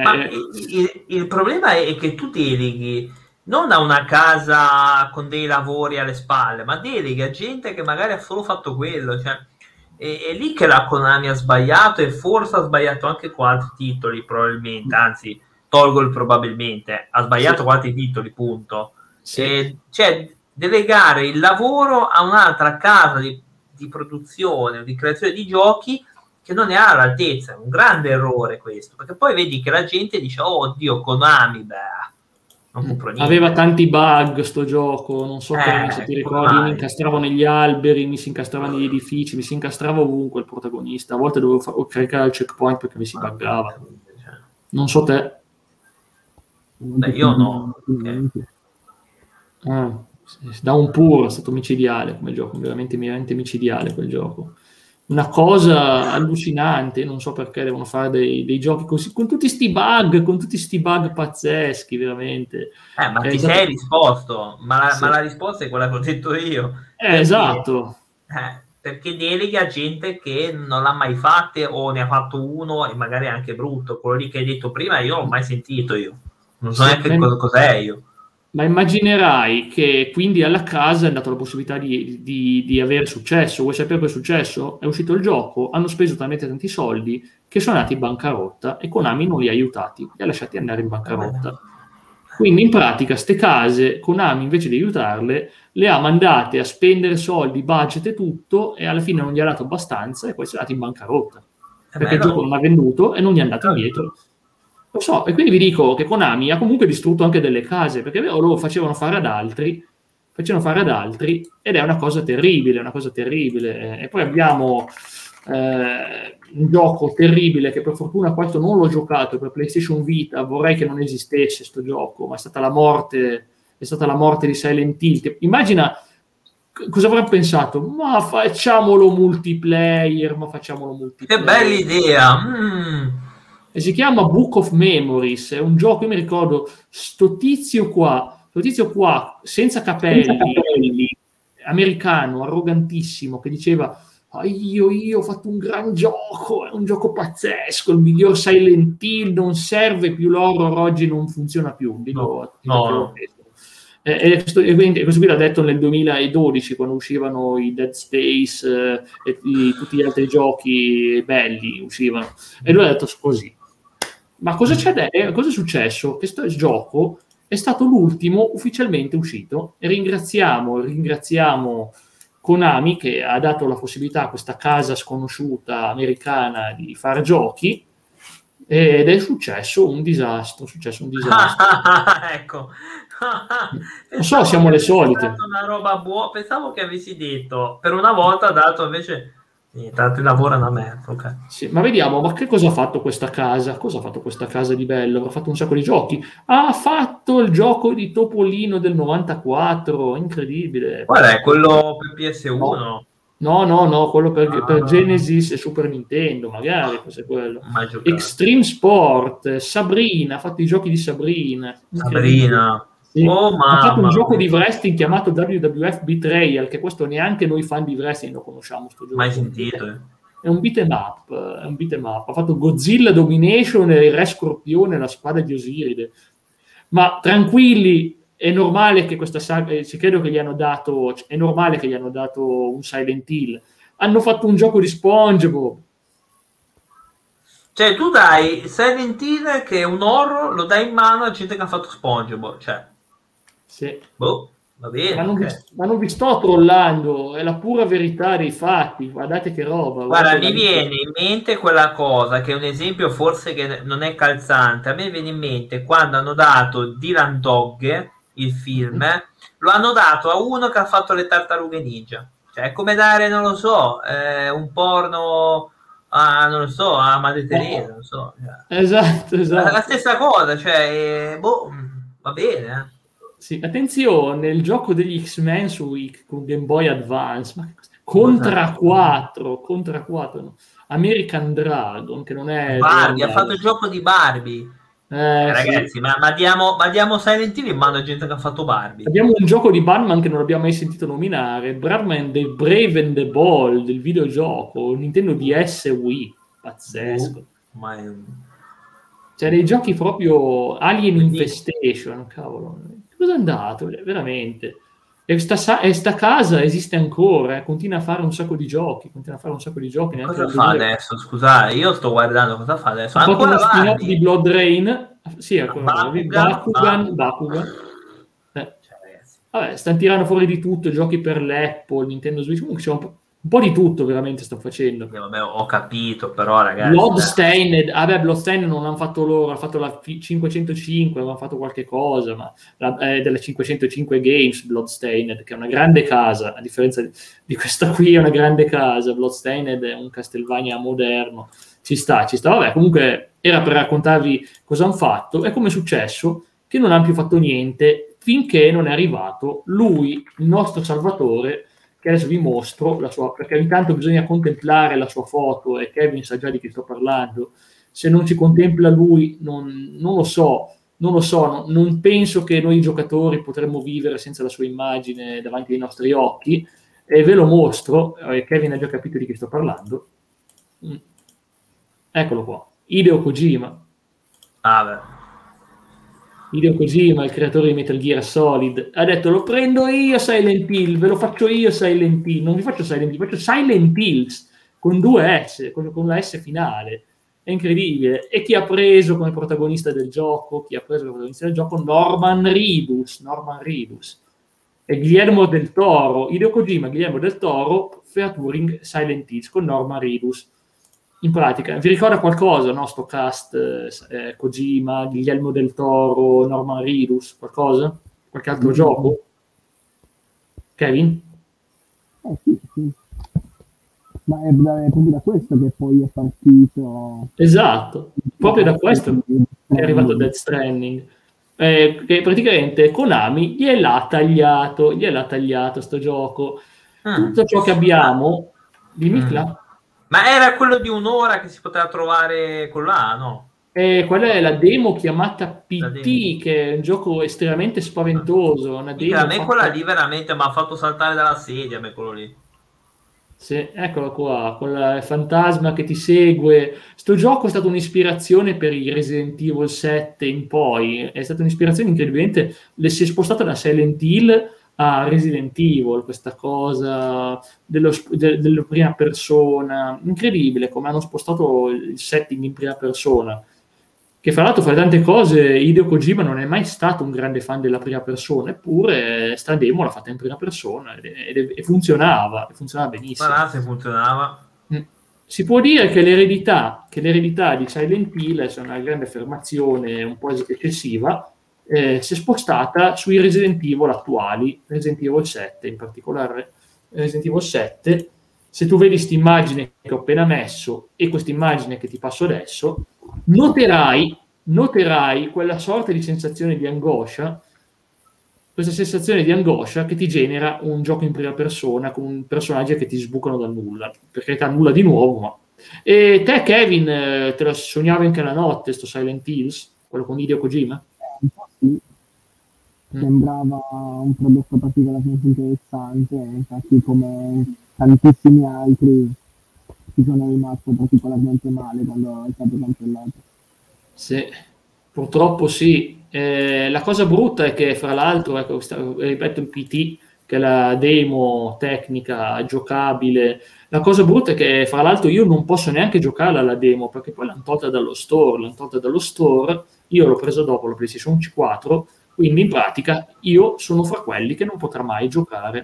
Il problema è che tu deleghi non a una casa con dei lavori alle spalle, ma deleghi a gente che magari ha solo fatto quello, cioè è lì che la Konami ha sbagliato, e forse ha sbagliato anche con altri titoli probabilmente, anzi tolgo il probabilmente, ha sbagliato con altri titoli, punto. Cioè delegare il lavoro a un'altra casa di produzione o di creazione di giochi che non ne ha all'altezza, è un grande errore questo, perché poi vedi che la gente dice, oh oddio, Konami, non compro niente. Aveva tanti bug sto gioco, non so se ti ricordi, io mi incastravo negli alberi, mi si incastrava negli edifici, mi si incastrava ovunque il protagonista, a volte dovevo caricare il checkpoint perché mi si buggava. Non so te. Io no. Downpour è stato micidiale come gioco, veramente micidiale quel gioco. Una cosa allucinante, non so perché devono fare dei giochi così, con tutti sti bug pazzeschi, veramente. Ma ti sei risposto, ma la risposta è quella che ho detto io. Esatto. Perché deleghi a gente che non l'ha mai fatte o ne ha fatto uno e magari è anche brutto. Quello lì che hai detto prima io non l'ho mai sentito io. Non so neanche cos'è io. Ma immaginerai che quindi alla casa è andata la possibilità di avere successo. Vuoi sapere cosa è successo? È uscito il gioco, hanno speso talmente tanti soldi che sono andati in bancarotta e Konami non li ha aiutati, li ha lasciati andare in bancarotta. Quindi in pratica ste case Konami, invece di aiutarle, le ha mandate a spendere soldi, budget e tutto, e alla fine non gli ha dato abbastanza e poi sono andati in bancarotta perché il gioco non ha venduto e non gli è andato indietro. Lo so, e quindi vi dico che Konami ha comunque distrutto anche delle case, perché loro facevano fare ad altri, ed è una cosa terribile, E poi abbiamo un gioco terribile che per fortuna questo non l'ho giocato per PlayStation Vita, vorrei che non esistesse sto gioco, ma è stata la morte è stata la morte di Silent Hill. Immagina cosa avrà pensato, ma facciamolo multiplayer. Che bella idea. E si chiama Book of Memories, è un gioco, io mi ricordo, sto tizio qua, senza capelli, americano, arrogantissimo, che diceva, io ho fatto un gran gioco, è un gioco pazzesco, il miglior Silent Hill, non serve più, l'horror oggi non funziona più. No. E questo qui l'ha detto nel 2012, quando uscivano i Dead Space e tutti gli altri giochi belli uscivano, e lui ha detto così. Ma cosa è successo? Questo gioco è stato l'ultimo ufficialmente uscito, e ringraziamo Konami, che ha dato la possibilità a questa casa sconosciuta americana di fare giochi, ed è successo un disastro. Ecco. Non so, siamo le solite. Una roba buona. Pensavo che avessi detto, per una volta ha dato invece tanto lavoro a me. Okay. Sì, ma vediamo, ma che cosa ha fatto questa casa? Cosa ha fatto questa casa di bello? Ha fatto un sacco di giochi. Ha fatto il gioco di Topolino del 94, incredibile. Guarda, è quello per PS1. No, quello per Genesis e Super Nintendo, magari fosse quello. Extreme Sport, Sabrina, ha fatto i giochi di Sabrina. Sì. Ha fatto un gioco di wrestling chiamato WWF Betrayal, che questo neanche noi fan di wrestling lo conosciamo. Sto gioco. Mai sentito? È un beat 'em up. Ha fatto Godzilla Domination e il Re Scorpione, la spada di Osiride. Ma tranquilli, è normale che questa saga, credo che gli hanno dato, è normale che gli hanno dato un Silent Hill. Hanno fatto un gioco di SpongeBob. Cioè, tu dai Silent Hill, che è un horror, lo dai in mano a gente che ha fatto SpongeBob, cioè. Sì. Boh, va bene. Ma non vi sto trollando, è la pura verità dei fatti. Guardate che roba. Guarda, mi viene in mente quella cosa, che è un esempio forse che non è calzante. A me viene in mente quando hanno dato Dylan Dog, il film, lo hanno dato a uno che ha fatto le tartarughe ninja. Cioè, è come dare, non lo so, un porno non lo so, a Madre Teresa, non so. Esatto. La stessa cosa, cioè, va bene. Sì, attenzione, il gioco degli X-Men con Game Boy Advance, ma Contra 4, no? American Dragon, che non è... Barbie, ha fatto il gioco di Barbie. Ragazzi, sì. ma diamo Silent Hill in mano a gente che ha fatto Barbie. Abbiamo un gioco di Batman che non abbiamo mai sentito nominare, Batman The Brave and the Bold, del videogioco, Nintendo DS Wii, pazzesco. Cioè dei giochi proprio Alien Infestation, cavolo. Cosa è andato? Veramente. E sta casa esiste ancora, continua a fare un sacco di giochi. Cosa fa adesso? Scusate, io sto guardando cosa fa adesso. Ha fatto uno spin-off di Blood Rain. Sì, Bakugan. Vabbè, stanno tirando fuori di tutto, giochi per l'Apple, Nintendo Switch, comunque c'è un po' di tutto veramente sto facendo. Vabbè, ho capito, però ragazzi. Bloodstained non l'hanno fatto loro, hanno fatto la 505, avevano fatto qualche cosa, ma della 505 Games, Bloodstained, che è una grande casa, a differenza di questa qui è una grande casa. Bloodstained è un Castlevania moderno, ci sta, vabbè, comunque era per raccontarvi cosa hanno fatto e come è successo, che non hanno più fatto niente finché non è arrivato lui, il nostro Salvatore, che adesso vi mostro, perché ogni tanto bisogna contemplare la sua foto, e Kevin sa già di chi sto parlando. Se non ci contempla lui, non lo so, non penso che noi giocatori potremmo vivere senza la sua immagine davanti ai nostri occhi, e ve lo mostro, Kevin ha già capito di chi sto parlando. Eccolo qua, Hideo Kojima. Hideo Kojima, il creatore di Metal Gear Solid, ha detto: lo prendo io Silent Hill, ve lo faccio io Silent Hill, non vi faccio Silent Hill, faccio Silent Hills con 2 S, con la S finale. È incredibile. E chi ha preso come protagonista del gioco? Norman Reedus e Guillermo del Toro. Hideo Kojima, Guillermo del Toro featuring Silent Hills con Norman Reedus. In pratica, vi ricorda qualcosa, no? Sto cast, Kojima, Guillermo del Toro, Norman Reedus, qualcosa? Qualche altro gioco? Kevin? Sì. Ma è proprio da questo che poi è partito. Esatto, proprio da questo che è arrivato Death Stranding. che praticamente Konami gliel'ha tagliato sto gioco. Tutto ciò che abbiamo, dimmi Cla. Ma era quello di un'ora che si poteva trovare con là, no? Quella è la demo chiamata La PT, che è un gioco estremamente spaventoso. Una Mica, a demo me quella lì veramente mi ha fatto saltare dalla sedia, a me quello lì. Sì, eccolo qua, con il fantasma che ti segue. Sto gioco è stato un'ispirazione per i Resident Evil 7 in poi. È stata un'ispirazione incredibilmente. Le si è spostata da Silent Hill a Resident Evil, questa cosa della prima persona. Incredibile come hanno spostato il setting in prima persona. Che fra l'altro, fra tante cose, Hideo Kojima non è mai stato un grande fan della prima persona, eppure sta demo l'ha fatta in prima persona e funzionava benissimo. Ma là, se funzionava. Si può dire che l'eredità di Silent Hill, è una grande affermazione un po' eccessiva, si è spostata sui Resident Evil attuali, Resident Evil 7 in particolare. Resident Evil 7, se tu vedi questa immagine che ho appena messo e questa immagine che ti passo adesso, noterai quella sorta di sensazione di angoscia, questa sensazione di angoscia che ti genera un gioco in prima persona con personaggi che ti sbucano dal nulla, per carità nulla di nuovo, ma... E te Kevin, te lo sognavi anche la notte sto Silent Hills, quello con Hideo Kojima? Un po' sì, sembrava un prodotto particolarmente interessante, infatti come tantissimi altri ci sono rimasto particolarmente male quando è stato cancellato. Sì, purtroppo sì. La cosa brutta è che, fra l'altro, ecco, ripeto il PT, che è la demo tecnica giocabile. La cosa brutta è che, fra l'altro, io non posso neanche giocarla alla demo perché poi l'hanno tolta dallo store. Io l'ho preso dopo la PlayStation 4. Quindi in pratica io sono fra quelli che non potrà mai giocare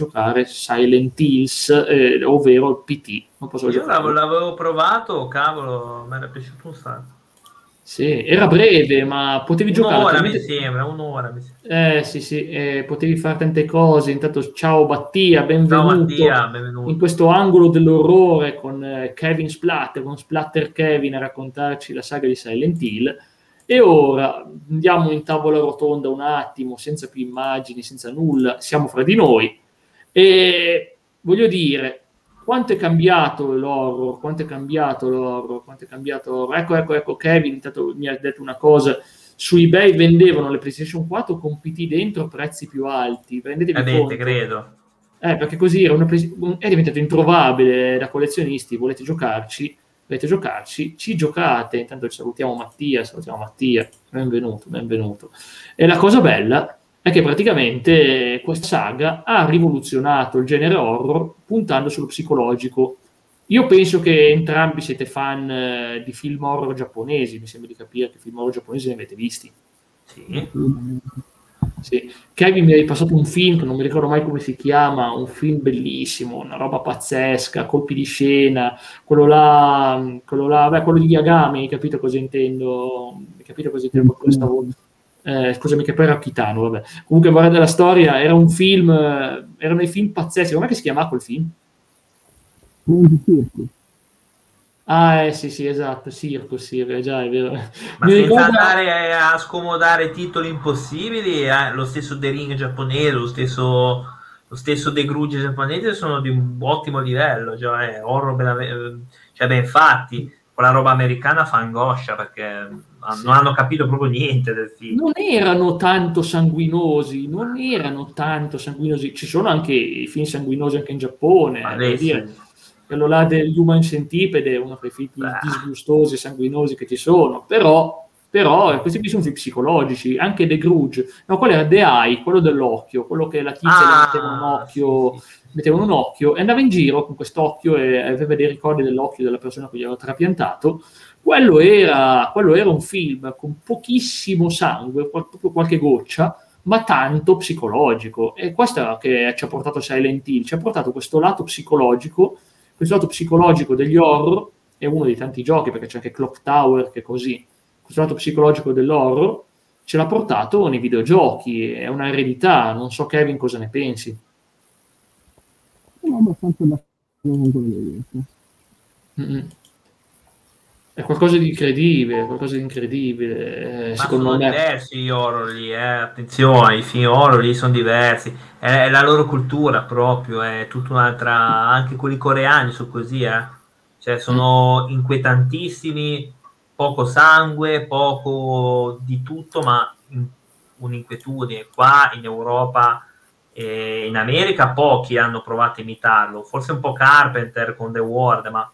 Silent Hills, ovvero il PT. Non posso Io giocare. l'avevo provato, cavolo, mi era piaciuto un sacco. Sì, era breve, ma potevi giocare Un'ora talmente... mi sembra. Sì, potevi fare tante cose. Intanto, ciao Mattia, Ciao benvenuto Mattia, benvenuto. in questo angolo dell'orrore con Kevin Splatter, con Splatter Kevin a raccontarci la saga di Silent Hill. E ora andiamo in tavola rotonda un attimo, senza più immagini, senza nulla, siamo fra di noi. E voglio dire, quanto è cambiato l'horror, Ecco, Kevin intanto mi ha detto una cosa, su eBay vendevano le PlayStation 4 con PT dentro a prezzi più alti, rendetevi conto. Credo. Perché così era è diventato introvabile da collezionisti, volete giocarci, ci giocate. Intanto salutiamo Mattia, benvenuto. E la cosa bella è che praticamente questa saga ha rivoluzionato il genere horror puntando sullo psicologico. Io penso che entrambi siete fan di film horror giapponesi, mi sembra di capire che film horror giapponesi ne avete visti. Sì. Kevin mi hai passato un film che non mi ricordo mai come si chiama, un film bellissimo, una roba pazzesca, colpi di scena, quello di Yagami, hai capito cosa intendo? Con questa voce? Scusami che poi era Kitano, vabbè. Comunque guarda la storia, era un film, erano i film pazzeschi, com'è che si chiamava quel film? Sì, esatto, Circo, sì, già, è vero. Ma senza andare a scomodare titoli impossibili, lo stesso The Ring giapponese, lo stesso The Grudge giapponese sono di un ottimo livello, cioè horror ben fatti. Quella roba americana fa angoscia perché non hanno capito proprio niente del film. Non erano tanto sanguinosi, ci sono anche i film sanguinosi anche in Giappone, voglio dire. Quello là del Human Centipede è uno dei film disgustosi e sanguinosi che ci sono, però questi qui sono film psicologici, anche The Grudge, no, quello era The Eye, quello dell'occhio, quello che la tizia gli metteva un occhio e andava in giro con quest'occhio e aveva dei ricordi dell'occhio della persona che gli aveva trapiantato. Quello era un film con pochissimo sangue, proprio qualche goccia, ma tanto psicologico, e questo che ci ha portato Silent Hill, ci ha portato questo lato psicologico degli horror. È uno dei tanti giochi, perché c'è anche Clock Tower che è così, questo lato psicologico dell'horror ce l'ha portato nei videogiochi, è una eredità. Non so Kevin cosa ne pensi. Sono abbastanza d'accordo con quello che hai detto. è qualcosa di incredibile, Ma secondo sono me. diversi gli horror lì, attenzione, i film horror lì sono diversi, è la loro cultura proprio, è tutta un'altra, anche quelli coreani sono così, cioè sono inquietantissimi, poco sangue, poco di tutto, ma un'inquietudine. Qua in Europa e in America pochi hanno provato a imitarlo, forse un po' Carpenter con The Ward, ma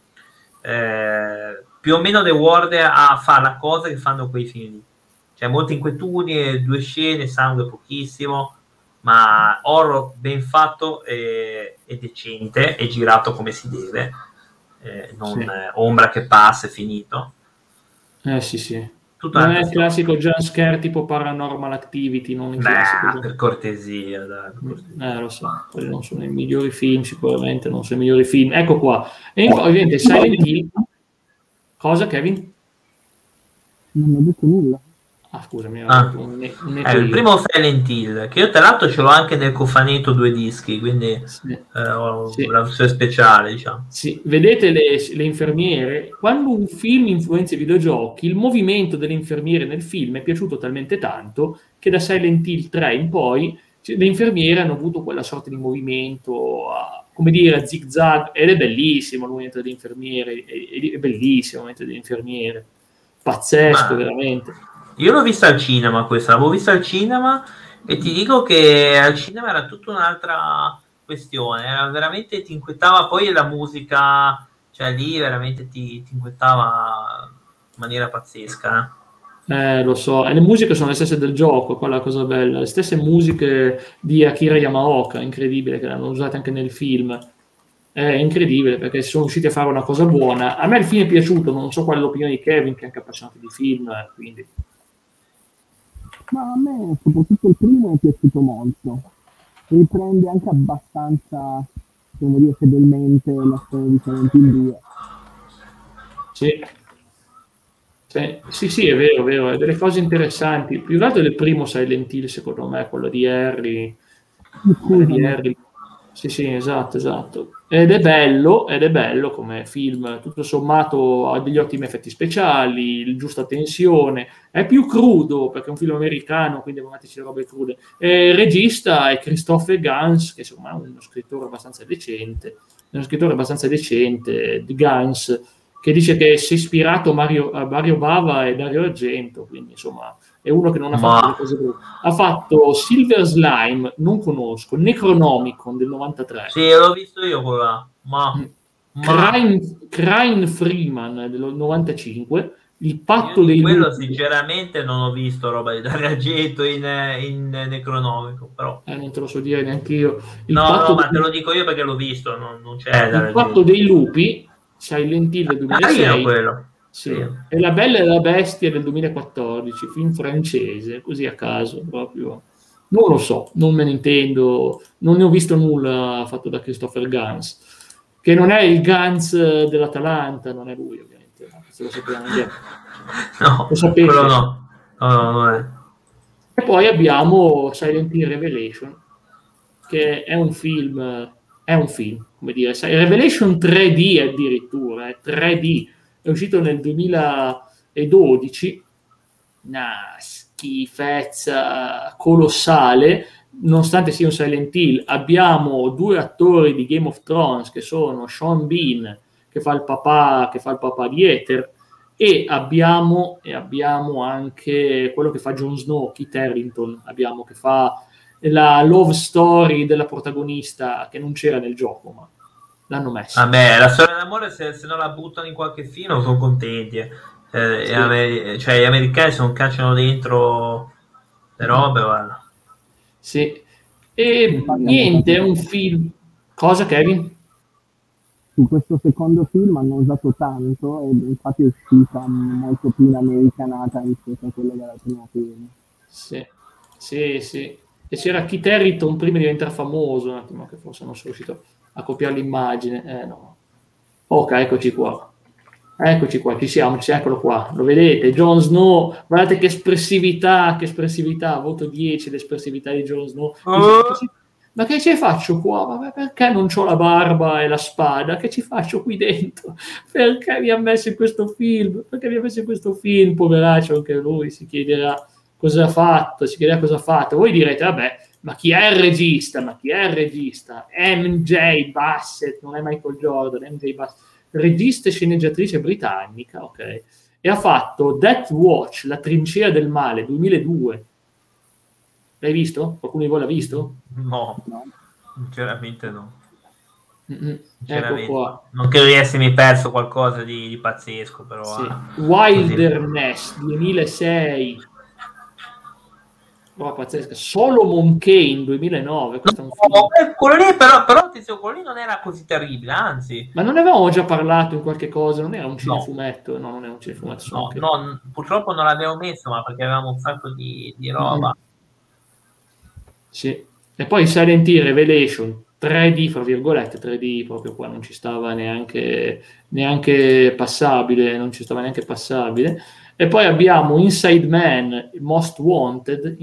più o meno The Ward fa la cosa che fanno quei film lì. C'è molte inquietudini, 2 scene, sangue pochissimo, ma horror ben fatto e decente, e girato come si deve, non Sì. ombra che passa e finito. Sì. Tutta Non è un'altra il classico jump scare tipo Paranormal Activity, non il classico. per cortesia, dai, per cortesia. Lo so, quelli non sono i migliori film, sicuramente non sono i migliori film. Ecco qua. E ovviamente Silent Hill. Cosa, Kevin? Non ho detto nulla. Scusami, il primo Silent Hill, che io tra l'altro ce l'ho anche nel cofanetto 2 dischi, quindi ho la versione speciale, diciamo. Sì, vedete le infermiere? Quando un film influenza i videogiochi, il movimento delle infermiere nel film è piaciuto talmente tanto che da Silent Hill 3 in poi le infermiere hanno avuto quella sorta di movimento, come dire, a zig-zag, ed è bellissimo il movimento delle infermiere, è bellissimo il movimento delle infermiere, pazzesco veramente. Io l'ho vista al cinema questa, l'avevo vista al cinema e ti dico che al cinema era tutta un'altra questione, era veramente, ti inquietava poi la musica, cioè lì veramente ti inquietava in maniera pazzesca. Lo so, e le musiche sono le stesse del gioco, quella è la cosa bella, le stesse musiche di Akira Yamaoka, incredibile, che l'hanno usate anche nel film. È incredibile perché sono riusciti a fare una cosa buona. A me il film è piaciuto, non so qual è l'opinione di Kevin, che è anche appassionato di film, quindi. Ma a me soprattutto il primo è piaciuto molto. Riprende anche abbastanza, possiamo dire, fedelmente la storia di Silent Hill 2. Sì, è vero, è delle cose interessanti. Più che altro del primo Silent Hill, secondo me, quello di Harry. Sì, esatto. Ed è bello come film, tutto sommato ha degli ottimi effetti speciali, giusta tensione, è più crudo perché è un film americano, quindi devono metterci le robe crude. E il regista è Christopher Gans, che insomma è uno scrittore abbastanza decente, Gans, che dice che si è ispirato a Mario Bava e Dario Argento, quindi insomma è uno che non ha fatto le cose brutte. Ha fatto Silver Slime, non conosco, Necronomicon del 93. Sì, l'ho visto io quello là. Crime Freeman del 95, Il patto dei quello lupi. Sinceramente non ho visto roba di Dario Argento in Necronomico, però non te lo so dire neanche io. Ma te lo dico io perché l'ho visto, non c'è Il patto dei lupi, Silent Hill del 2006. Quello. Sì. E La Bella e la Bestia del 2014, film francese, così a caso proprio. Non lo so, non me ne intendo, non ne ho visto nulla fatto da Christopher Gans, che non è il Gans dell'Atalanta, non è lui ovviamente, se lo sappiamo già. No, lo sapete. Quello no, non è. E poi abbiamo Silent Hill Revelation, che è un film, come dire, Revelation 3D addirittura, 3D, è uscito nel 2012, una schifezza colossale, nonostante sia un Silent Hill. Abbiamo 2 attori di Game of Thrones che sono Sean Bean, che fa il papà di Ether, e abbiamo anche quello che fa Jon Snow, Kit Harington, che fa la love story della protagonista, che non c'era nel gioco, ma l'hanno messa. Vabbè, la storia d'amore, se non la buttano in qualche film sono contenti. Cioè gli americani se non cacciano dentro le robe, guarda. Sì. E niente, è un film. Cosa, Kevin? Su questo secondo film hanno usato tanto e infatti è uscita molto più in americanata rispetto a quella della prima film. Sì. E c'era Kit Harington prima di diventare famoso, un attimo, che forse non sono riuscito a copiare l'immagine. No. Ok, eccoci qua, ci siamo, eccolo qua, lo vedete, Jon Snow, guardate che espressività, voto 10 l'espressività di Jon Snow, ma che ci faccio qua? Ma perché non c'ho la barba e la spada? Che ci faccio qui dentro? Perché mi ha messo in questo film? Perché mi ha messo in questo film? Poveraccio, anche lui si chiederà cosa ha fatto, si chiederà cosa ha fatto. Voi direte, vabbè, ma chi è il regista? Ma chi è il regista? MJ Bassett, non è Michael Jordan, MJ Bassett, regista e sceneggiatrice britannica, ok? E ha fatto Death Watch, La trincea del male, 2002. L'hai visto? Qualcuno di voi l'ha visto? No, sinceramente no. Ecco qua. Non credo di essermi perso qualcosa di pazzesco, però. Sì. Wilderness, 2006. Oh, pazzesca. Solomon Kane, 2009. Questo è un film. Quello lì, però attenzione, quello lì non era così terribile, anzi. Ma non ne avevamo già parlato in qualche cosa? Non era un cinefumetto? No, non è un cinefumetto. No, purtroppo non l'avevo messo, ma perché avevamo un sacco di roba. Sì. E poi Silent Hill Revelation 3D, fra virgolette, 3D proprio qua non ci stava neanche passabile, non ci stava neanche passabile. E poi abbiamo Inside Man Most Wanted,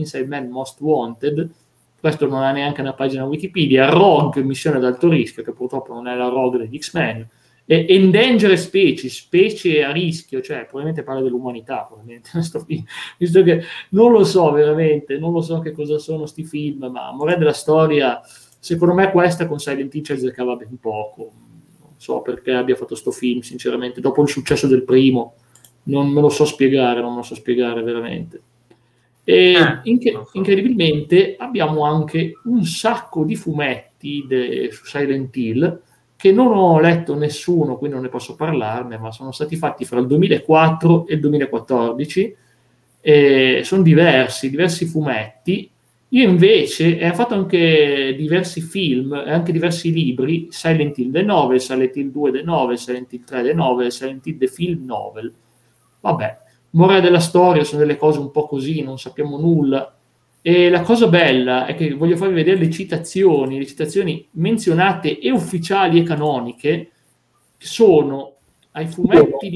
questo non ha neanche una pagina Wikipedia, Rogue, missione ad alto rischio, che purtroppo non è la Rogue degli X-Men, e Endangered Species, specie a rischio, cioè probabilmente parla dell'umanità, probabilmente, visto che non lo so veramente, non lo so che cosa sono sti film, ma a morale della storia, secondo me questa con Silent Hill ci azzeccava ben poco, non so perché abbia fatto sto film, sinceramente, dopo il successo del primo, non me lo so spiegare veramente. E incredibilmente abbiamo anche un sacco di fumetti su Silent Hill che non ho letto nessuno, quindi non ne posso parlarne, ma sono stati fatti fra il 2004 e il 2014 e sono diversi fumetti. Io invece ho fatto anche diversi film e anche diversi libri, Silent Hill The Novel, Silent Hill 2 The Novel, Silent Hill 3 The Novel, Silent Hill The Film Novel. Vabbè, morale della storia, sono delle cose un po' così, non sappiamo nulla. E la cosa bella è che voglio farvi vedere le citazioni menzionate e ufficiali e canoniche, che sono ai fumetti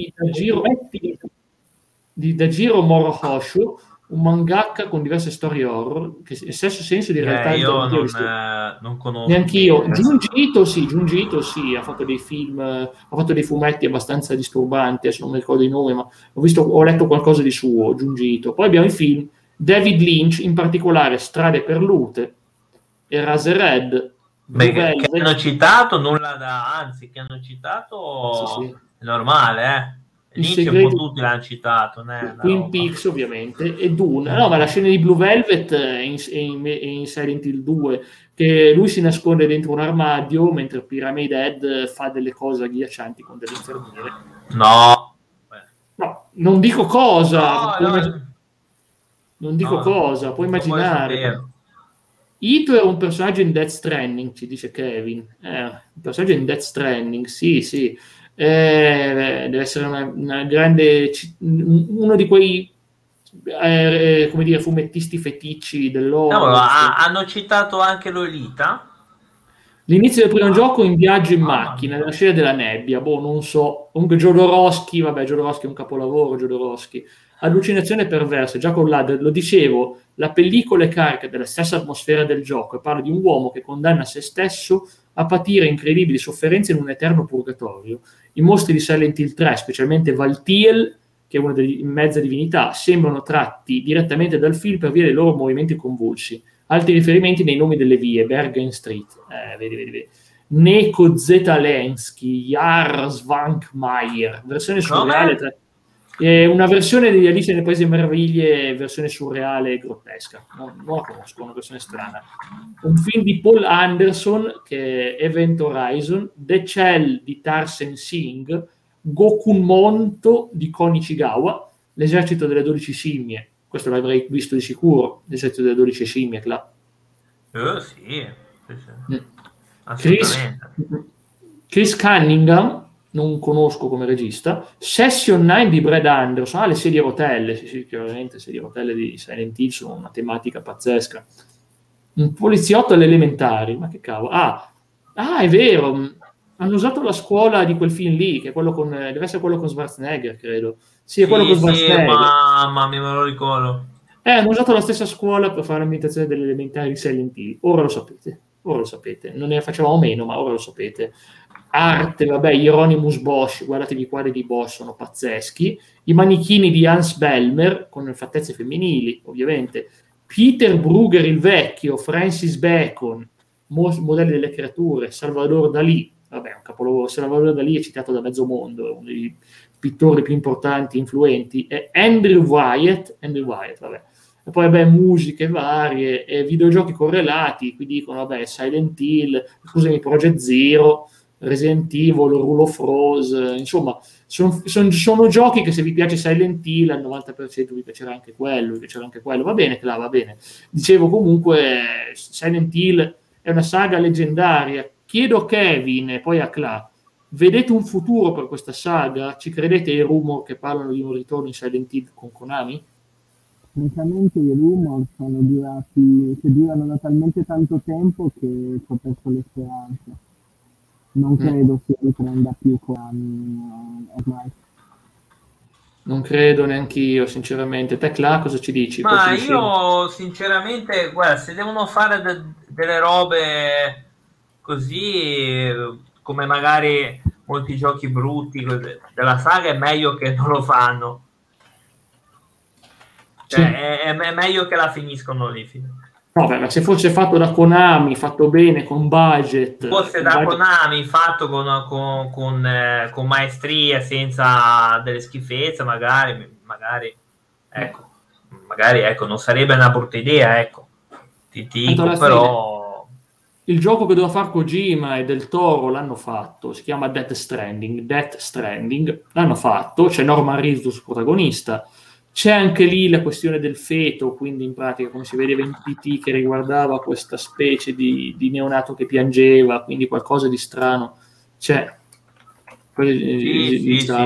di Dajiro Morohosho, un mangaka con diverse storie horror, che è stesso senso di realtà. Io non conosco. Neanch'io. Junji Ito sì, ha fatto dei film, ha fatto dei fumetti abbastanza disturbanti, adesso non mi ricordo i nomi, ma ho letto qualcosa di suo, Junji Ito. Poi abbiamo i film, David Lynch, in particolare Strade Perlute, Eraserhead, che hanno citato, anzi, che hanno citato sì. È normale, Lynch un po' tutti l'hanno citato, Twin Peaks ovviamente, e Dune. No, ma la scena di Blue Velvet in Silent Hill 2, che lui si nasconde dentro un armadio mentre Pyramid Head fa delle cose agghiaccianti con delle infermiere. No, non dico cosa, non dico cosa, puoi immaginare. Ito era un personaggio in Death Stranding, ci dice Kevin. Un personaggio in Death Stranding, sì. Deve essere una grande, uno di quei come dire, fumettisti feticci dell'horror. Hanno citato anche Lolita. L'inizio del primo gioco in viaggio in macchina nella scena della nebbia, non so. Comunque Jodorowsky è un capolavoro. Jodorowsky, allucinazione perversa, già con l'Adder, lo dicevo, la pellicola è carica della stessa atmosfera del gioco e parla di un uomo che condanna se stesso a patire incredibili sofferenze in un eterno purgatorio. I mostri di Silent Hill 3, specialmente Valtiel, che è una delle mezze divinità, sembrano tratti direttamente dal film per via dei loro movimenti convulsi. Altri riferimenti nei nomi delle vie, Bergen Street, vedi. Neko Zetalensky, Jar Svankmajer, versione surreale, una versione di Alice nel Paese delle Meraviglie, versione surreale e grottesca, non la conosco, una versione strana. Un film di Paul Anderson, che è Event Horizon, The Cell di Tarsem Singh, Gokunmonto di Konichigawa, L'esercito delle 12 scimmie, questo l'avrei visto di sicuro, L'esercito delle 12 scimmie, sì. Chris Cunningham, non conosco come regista, Session 9 di Brad Anderson, le sedie a rotelle, sì, chiaramente sedie a rotelle di Silent Hill sono una tematica pazzesca. Un poliziotto alle elementari, ma che cavolo, è vero, hanno usato la scuola di quel film lì, che è quello deve essere quello con Schwarzenegger, credo. Sì, è quello con Schwarzenegger. Mamma mia, me lo ricordo. Hanno usato la stessa scuola per fare l'ambientazione delle elementari di Silent Hill, ora lo sapete. ora lo sapete, non ne facevamo meno, ma ora lo sapete. Arte, vabbè, Hieronymus Bosch, guardatevi i quadri di Bosch, sono pazzeschi. I manichini di Hans Bellmer, con le fattezze femminili, ovviamente. Peter Brugger il vecchio, Francis Bacon, modelli delle creature, Salvador Dalì, vabbè, un capolavoro. Salvador Dalì è citato da mezzo mondo, è uno dei pittori più importanti, influenti, e Andrew Wyatt, vabbè. E poi, vabbè, musiche varie, e videogiochi correlati, qui dicono, vabbè, Silent Hill, scusami, Project Zero, Resident Evil, Rule of Rose, insomma, sono giochi che se vi piace Silent Hill al 90% vi piacerà anche quello, va bene, Cla, va bene. Dicevo comunque, Silent Hill è una saga leggendaria. Chiedo a Kevin e poi a Cla, vedete un futuro per questa saga? Ci credete ai rumor che parlano di un ritorno in Silent Hill con Konami? Francamente i rumor sono durati, che durano da talmente tanto tempo che ho perso le speranze. Non credo si riprenda più ormai. Non credo neanche io, sinceramente. Te, Cla, cosa ci dici? Ma io, sinceramente, guarda, se devono fare delle robe così, come magari molti giochi brutti della saga, è meglio che non lo fanno. Cioè, sì. È meglio che la finiscono lì. No, beh, ma se fosse fatto da Konami, fatto bene, con budget... Fosse da Konami, fatto con maestria, senza delle schifezze, magari ecco, non sarebbe una brutta idea, ecco. Ti dico, però... Il gioco che doveva fare Kojima e Del Toro l'hanno fatto, si chiama Death Stranding, l'hanno fatto, c'è Norman Reedus protagonista. C'è anche lì la questione del feto, quindi in pratica come si vedeva in PT che riguardava questa specie di neonato che piangeva, quindi qualcosa di strano c'è. Sì.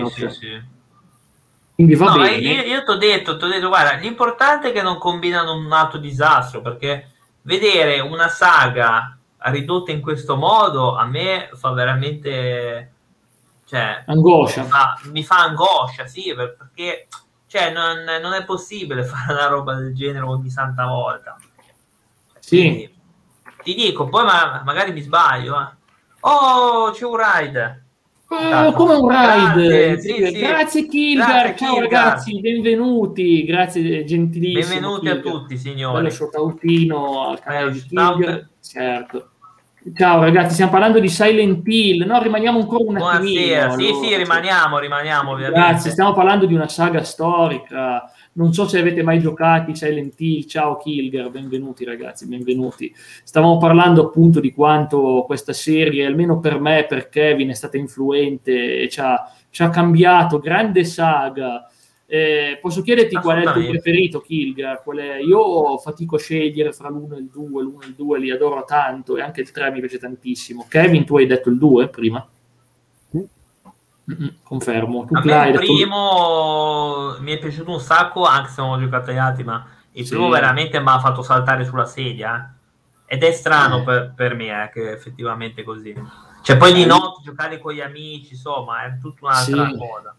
Quindi va bene. Io ti ho detto, guarda, l'importante è che non combinano un altro disastro, perché vedere una saga ridotta in questo modo a me fa veramente... Cioè, angoscia. Mi fa angoscia, sì, perché... Cioè, non è possibile fare una roba del genere ogni santa volta. Sì. Quindi, ti dico, poi magari mi sbaglio. Oh, c'è un ride. Come un ride? Grazie Kilgar. Ciao ragazzi, benvenuti. Grazie, gentilissimo. Benvenuti Kilgar. a tutti, signori. Bello shoutoutino al canale di Kilgar. Certo. Ciao ragazzi, stiamo parlando di Silent Hill. No, rimaniamo ancora un attimino. Sì, rimaniamo ovviamente. Grazie, stiamo parlando di una saga storica. Non so se avete mai giocato Silent Hill. Ciao Kilgar, benvenuti ragazzi, benvenuti. Stavamo parlando appunto di quanto questa serie, almeno per me, per Kevin, è stata influente e ci ha cambiato. Grande saga. Posso chiederti qual è il tuo preferito, Kilgar? Io fatico a scegliere fra l'1 e il 2. L'1 e il 2 li adoro tanto, e anche il 3 mi piace tantissimo. Kevin, tu hai detto il 2 prima? Sì. Confermo. A me il primo mi è piaciuto un sacco, anche se non ho giocato agli altri, ma il primo veramente mi ha fatto saltare sulla sedia. Ed è strano per me che effettivamente così. Cioè poi di notte giocare con gli amici, insomma, è tutta un'altra cosa.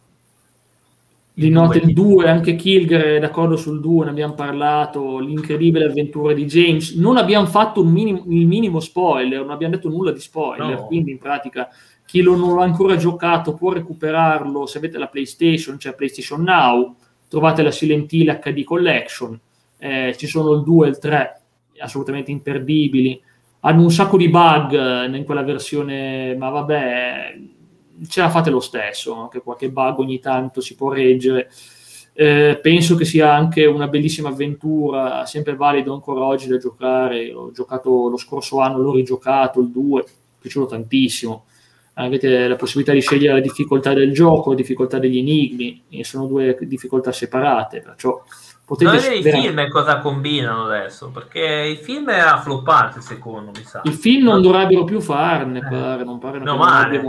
Di notte il 2, anche Kilgar è d'accordo sul 2, ne abbiamo parlato, l'incredibile avventura di James. Non abbiamo fatto il minimo spoiler, non abbiamo detto nulla di spoiler, quindi in pratica chi non l'ha ancora giocato può recuperarlo. Se avete la PlayStation, c'è PlayStation Now, trovate la Silent Hill HD Collection, ci sono il 2 e il 3, assolutamente imperdibili. Hanno un sacco di bug in quella versione, ma vabbè... ce la fate lo stesso, anche qualche bug ogni tanto si può reggere. Penso che sia anche una bellissima avventura, sempre valido ancora oggi da giocare. L'ho giocato lo scorso anno, l'ho rigiocato il 2, mi è piaciuto tantissimo. Avete la possibilità di scegliere la difficoltà del gioco, la difficoltà degli enigmi, e sono due difficoltà separate, perciò potete vedere i film cosa combinano adesso, perché il film era floppato, secondo mi sa. Il film non dovrebbero più farne, non pare no, male.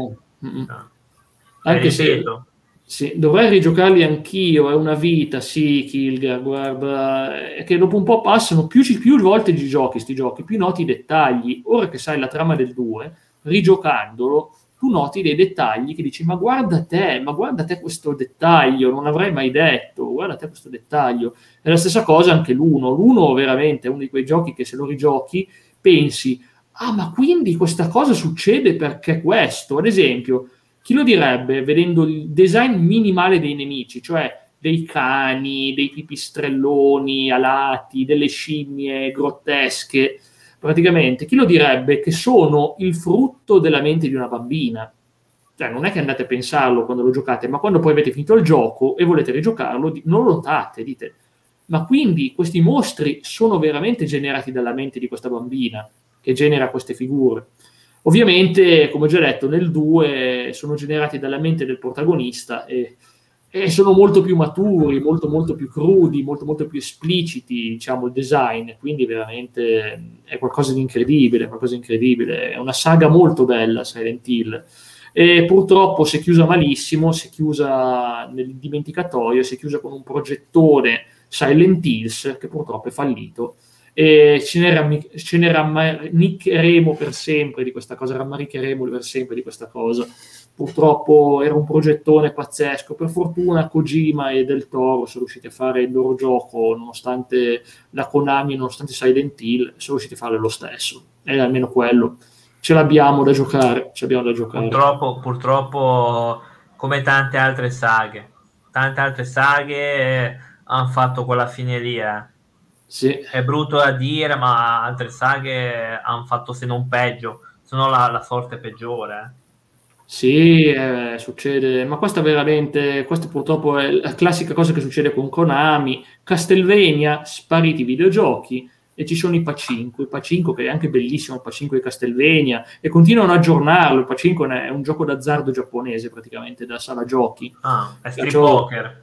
Anche se sì, dovrei rigiocarli anch'io, è una vita, sì, Kilgar, guarda, è che dopo un po' passano, più volte giochi sti giochi, più noti i dettagli. Ora che sai la trama del 2, rigiocandolo, tu noti dei dettagli che dici, ma guarda te questo dettaglio, non l'avrei mai detto, guarda te questo dettaglio. È la stessa cosa anche l'1 veramente è uno di quei giochi che se lo rigiochi pensi, ah, ma quindi questa cosa succede perché questo? Ad esempio, chi lo direbbe vedendo il design minimale dei nemici, cioè dei cani, dei pipistrelloni alati, delle scimmie grottesche, praticamente, chi lo direbbe che sono il frutto della mente di una bambina? Cioè, non è che andate a pensarlo quando lo giocate, ma quando poi avete finito il gioco e volete rigiocarlo, non lo notate, dite, ma quindi questi mostri sono veramente generati dalla mente di questa bambina che genera queste figure. Ovviamente, come ho già detto, nel 2 sono generati dalla mente del protagonista e sono molto più maturi, molto molto più crudi, molto molto più espliciti, diciamo, il design, quindi veramente è qualcosa di incredibile, qualcosa di incredibile. È una saga molto bella, Silent Hill. E purtroppo si è chiusa malissimo, si è chiusa nel dimenticatoio, si è chiusa con un progettone Silent Hills che purtroppo è fallito e ce ne rammaricheremo per sempre di questa cosa, rammaricheremo per sempre di questa cosa. Purtroppo era un progettone pazzesco, per fortuna Kojima e Del Toro sono riusciti a fare il loro gioco nonostante la Konami, nonostante Silent Hill, sono riusciti a fare lo stesso, e almeno quello ce l'abbiamo da giocare, ce l'abbiamo da giocare. Purtroppo, come tante altre saghe hanno fatto quella fine lì. Sì. È brutto da dire, ma altre saghe hanno fatto se non peggio, se non la sorte peggiore. Sì, succede, ma questa purtroppo è la classica cosa che succede con Konami, Castlevania, spariti i videogiochi e ci sono i Pachinko che è anche bellissimo, il Pachinko di Castlevania, e continuano a aggiornarlo, il Pachinko è un gioco d'azzardo giapponese praticamente, da sala giochi. Ah, è Street Perciò- Poker.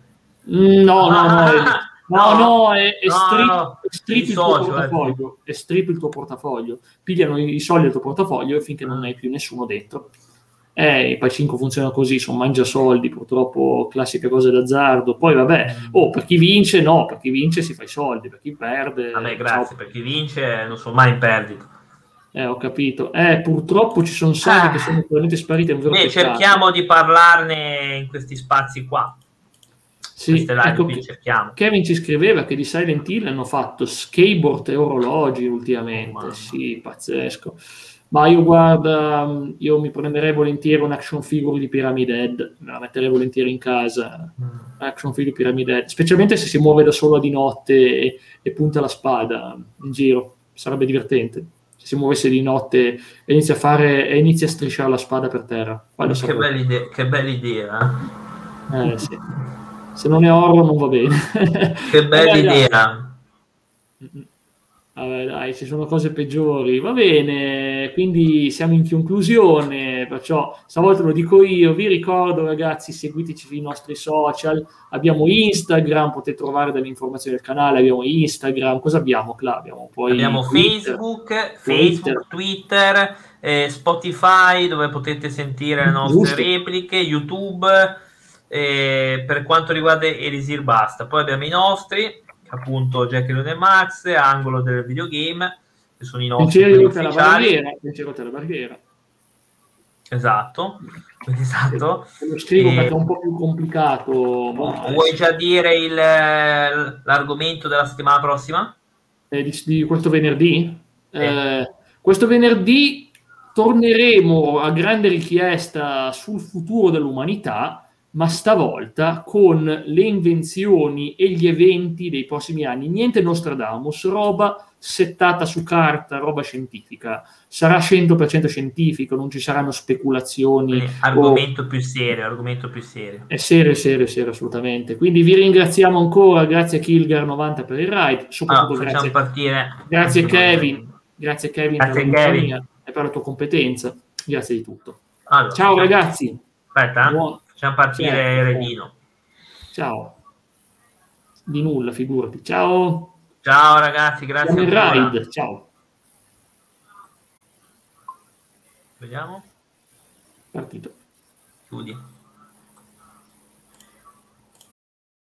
No, è strip il tuo socio, portafoglio, è strip il tuo portafoglio, pigliano i soldi del tuo portafoglio finché non hai più nessuno dentro. I Pachinko funziona così, sono mangia soldi, purtroppo classica cosa d'azzardo. Poi vabbè, per chi vince no, per chi vince si fa i soldi, per chi perde... Vabbè, grazie, per chi vince non sono mai in perdita. Ho capito. Purtroppo ci sono saghe che sono totalmente sparite, è un vero peccato. Cerchiamo di parlarne in questi spazi qua. Sì, ecco, Kevin ci scriveva che di Silent Hill hanno fatto skateboard e orologi ultimamente. Sì, pazzesco. Ma io guarda, io mi prenderei volentieri un action figure di Pyramid Head, me la metterei volentieri in casa. Action figure di Pyramid Head, specialmente se si muove da solo di notte e punta la spada in giro, sarebbe divertente. Se si muovesse di notte e inizia a strisciare la spada per terra. Che bella idea. Sì. Se non è horror non va bene. Che bella idea. Vabbè, dai, ci sono cose peggiori. Va bene, quindi siamo in conclusione, perciò stavolta lo dico io. Vi ricordo, ragazzi, seguiteci sui nostri social. Abbiamo Instagram, potete trovare delle informazioni del canale. Abbiamo Instagram, cosa abbiamo? Abbiamo Facebook, Twitter, Spotify, dove potete sentire le nostre repliche, YouTube. Per quanto riguarda Elisir basta. Poi abbiamo i nostri, appunto Jekyll e Max, Angolo del videogame, che sono i nostri ufficiali. Pensiero alla barriera. Esatto. Lo scrivo perché è un po' più complicato. Vuoi già dire l'argomento della settimana prossima? Di questo venerdì? Questo venerdì torneremo a grande richiesta sul futuro dell'umanità, ma stavolta con le invenzioni e gli eventi dei prossimi anni. Niente Nostradamus, roba settata su carta, roba scientifica. Sarà 100% scientifico, non ci saranno speculazioni. Argomento più serio. È serio, assolutamente. Quindi vi ringraziamo ancora, grazie a Kilgar90 per il ride, soprattutto grazie Kevin per la compagnia e per la tua competenza. Grazie di tutto. Allora, ciao ragazzi. Aspetta, facciamo partire il redino. Ciao. Di nulla, figurati. Ciao. Ciao ragazzi, grazie. Ride. Ciao. Vediamo. Partito. Chiudi.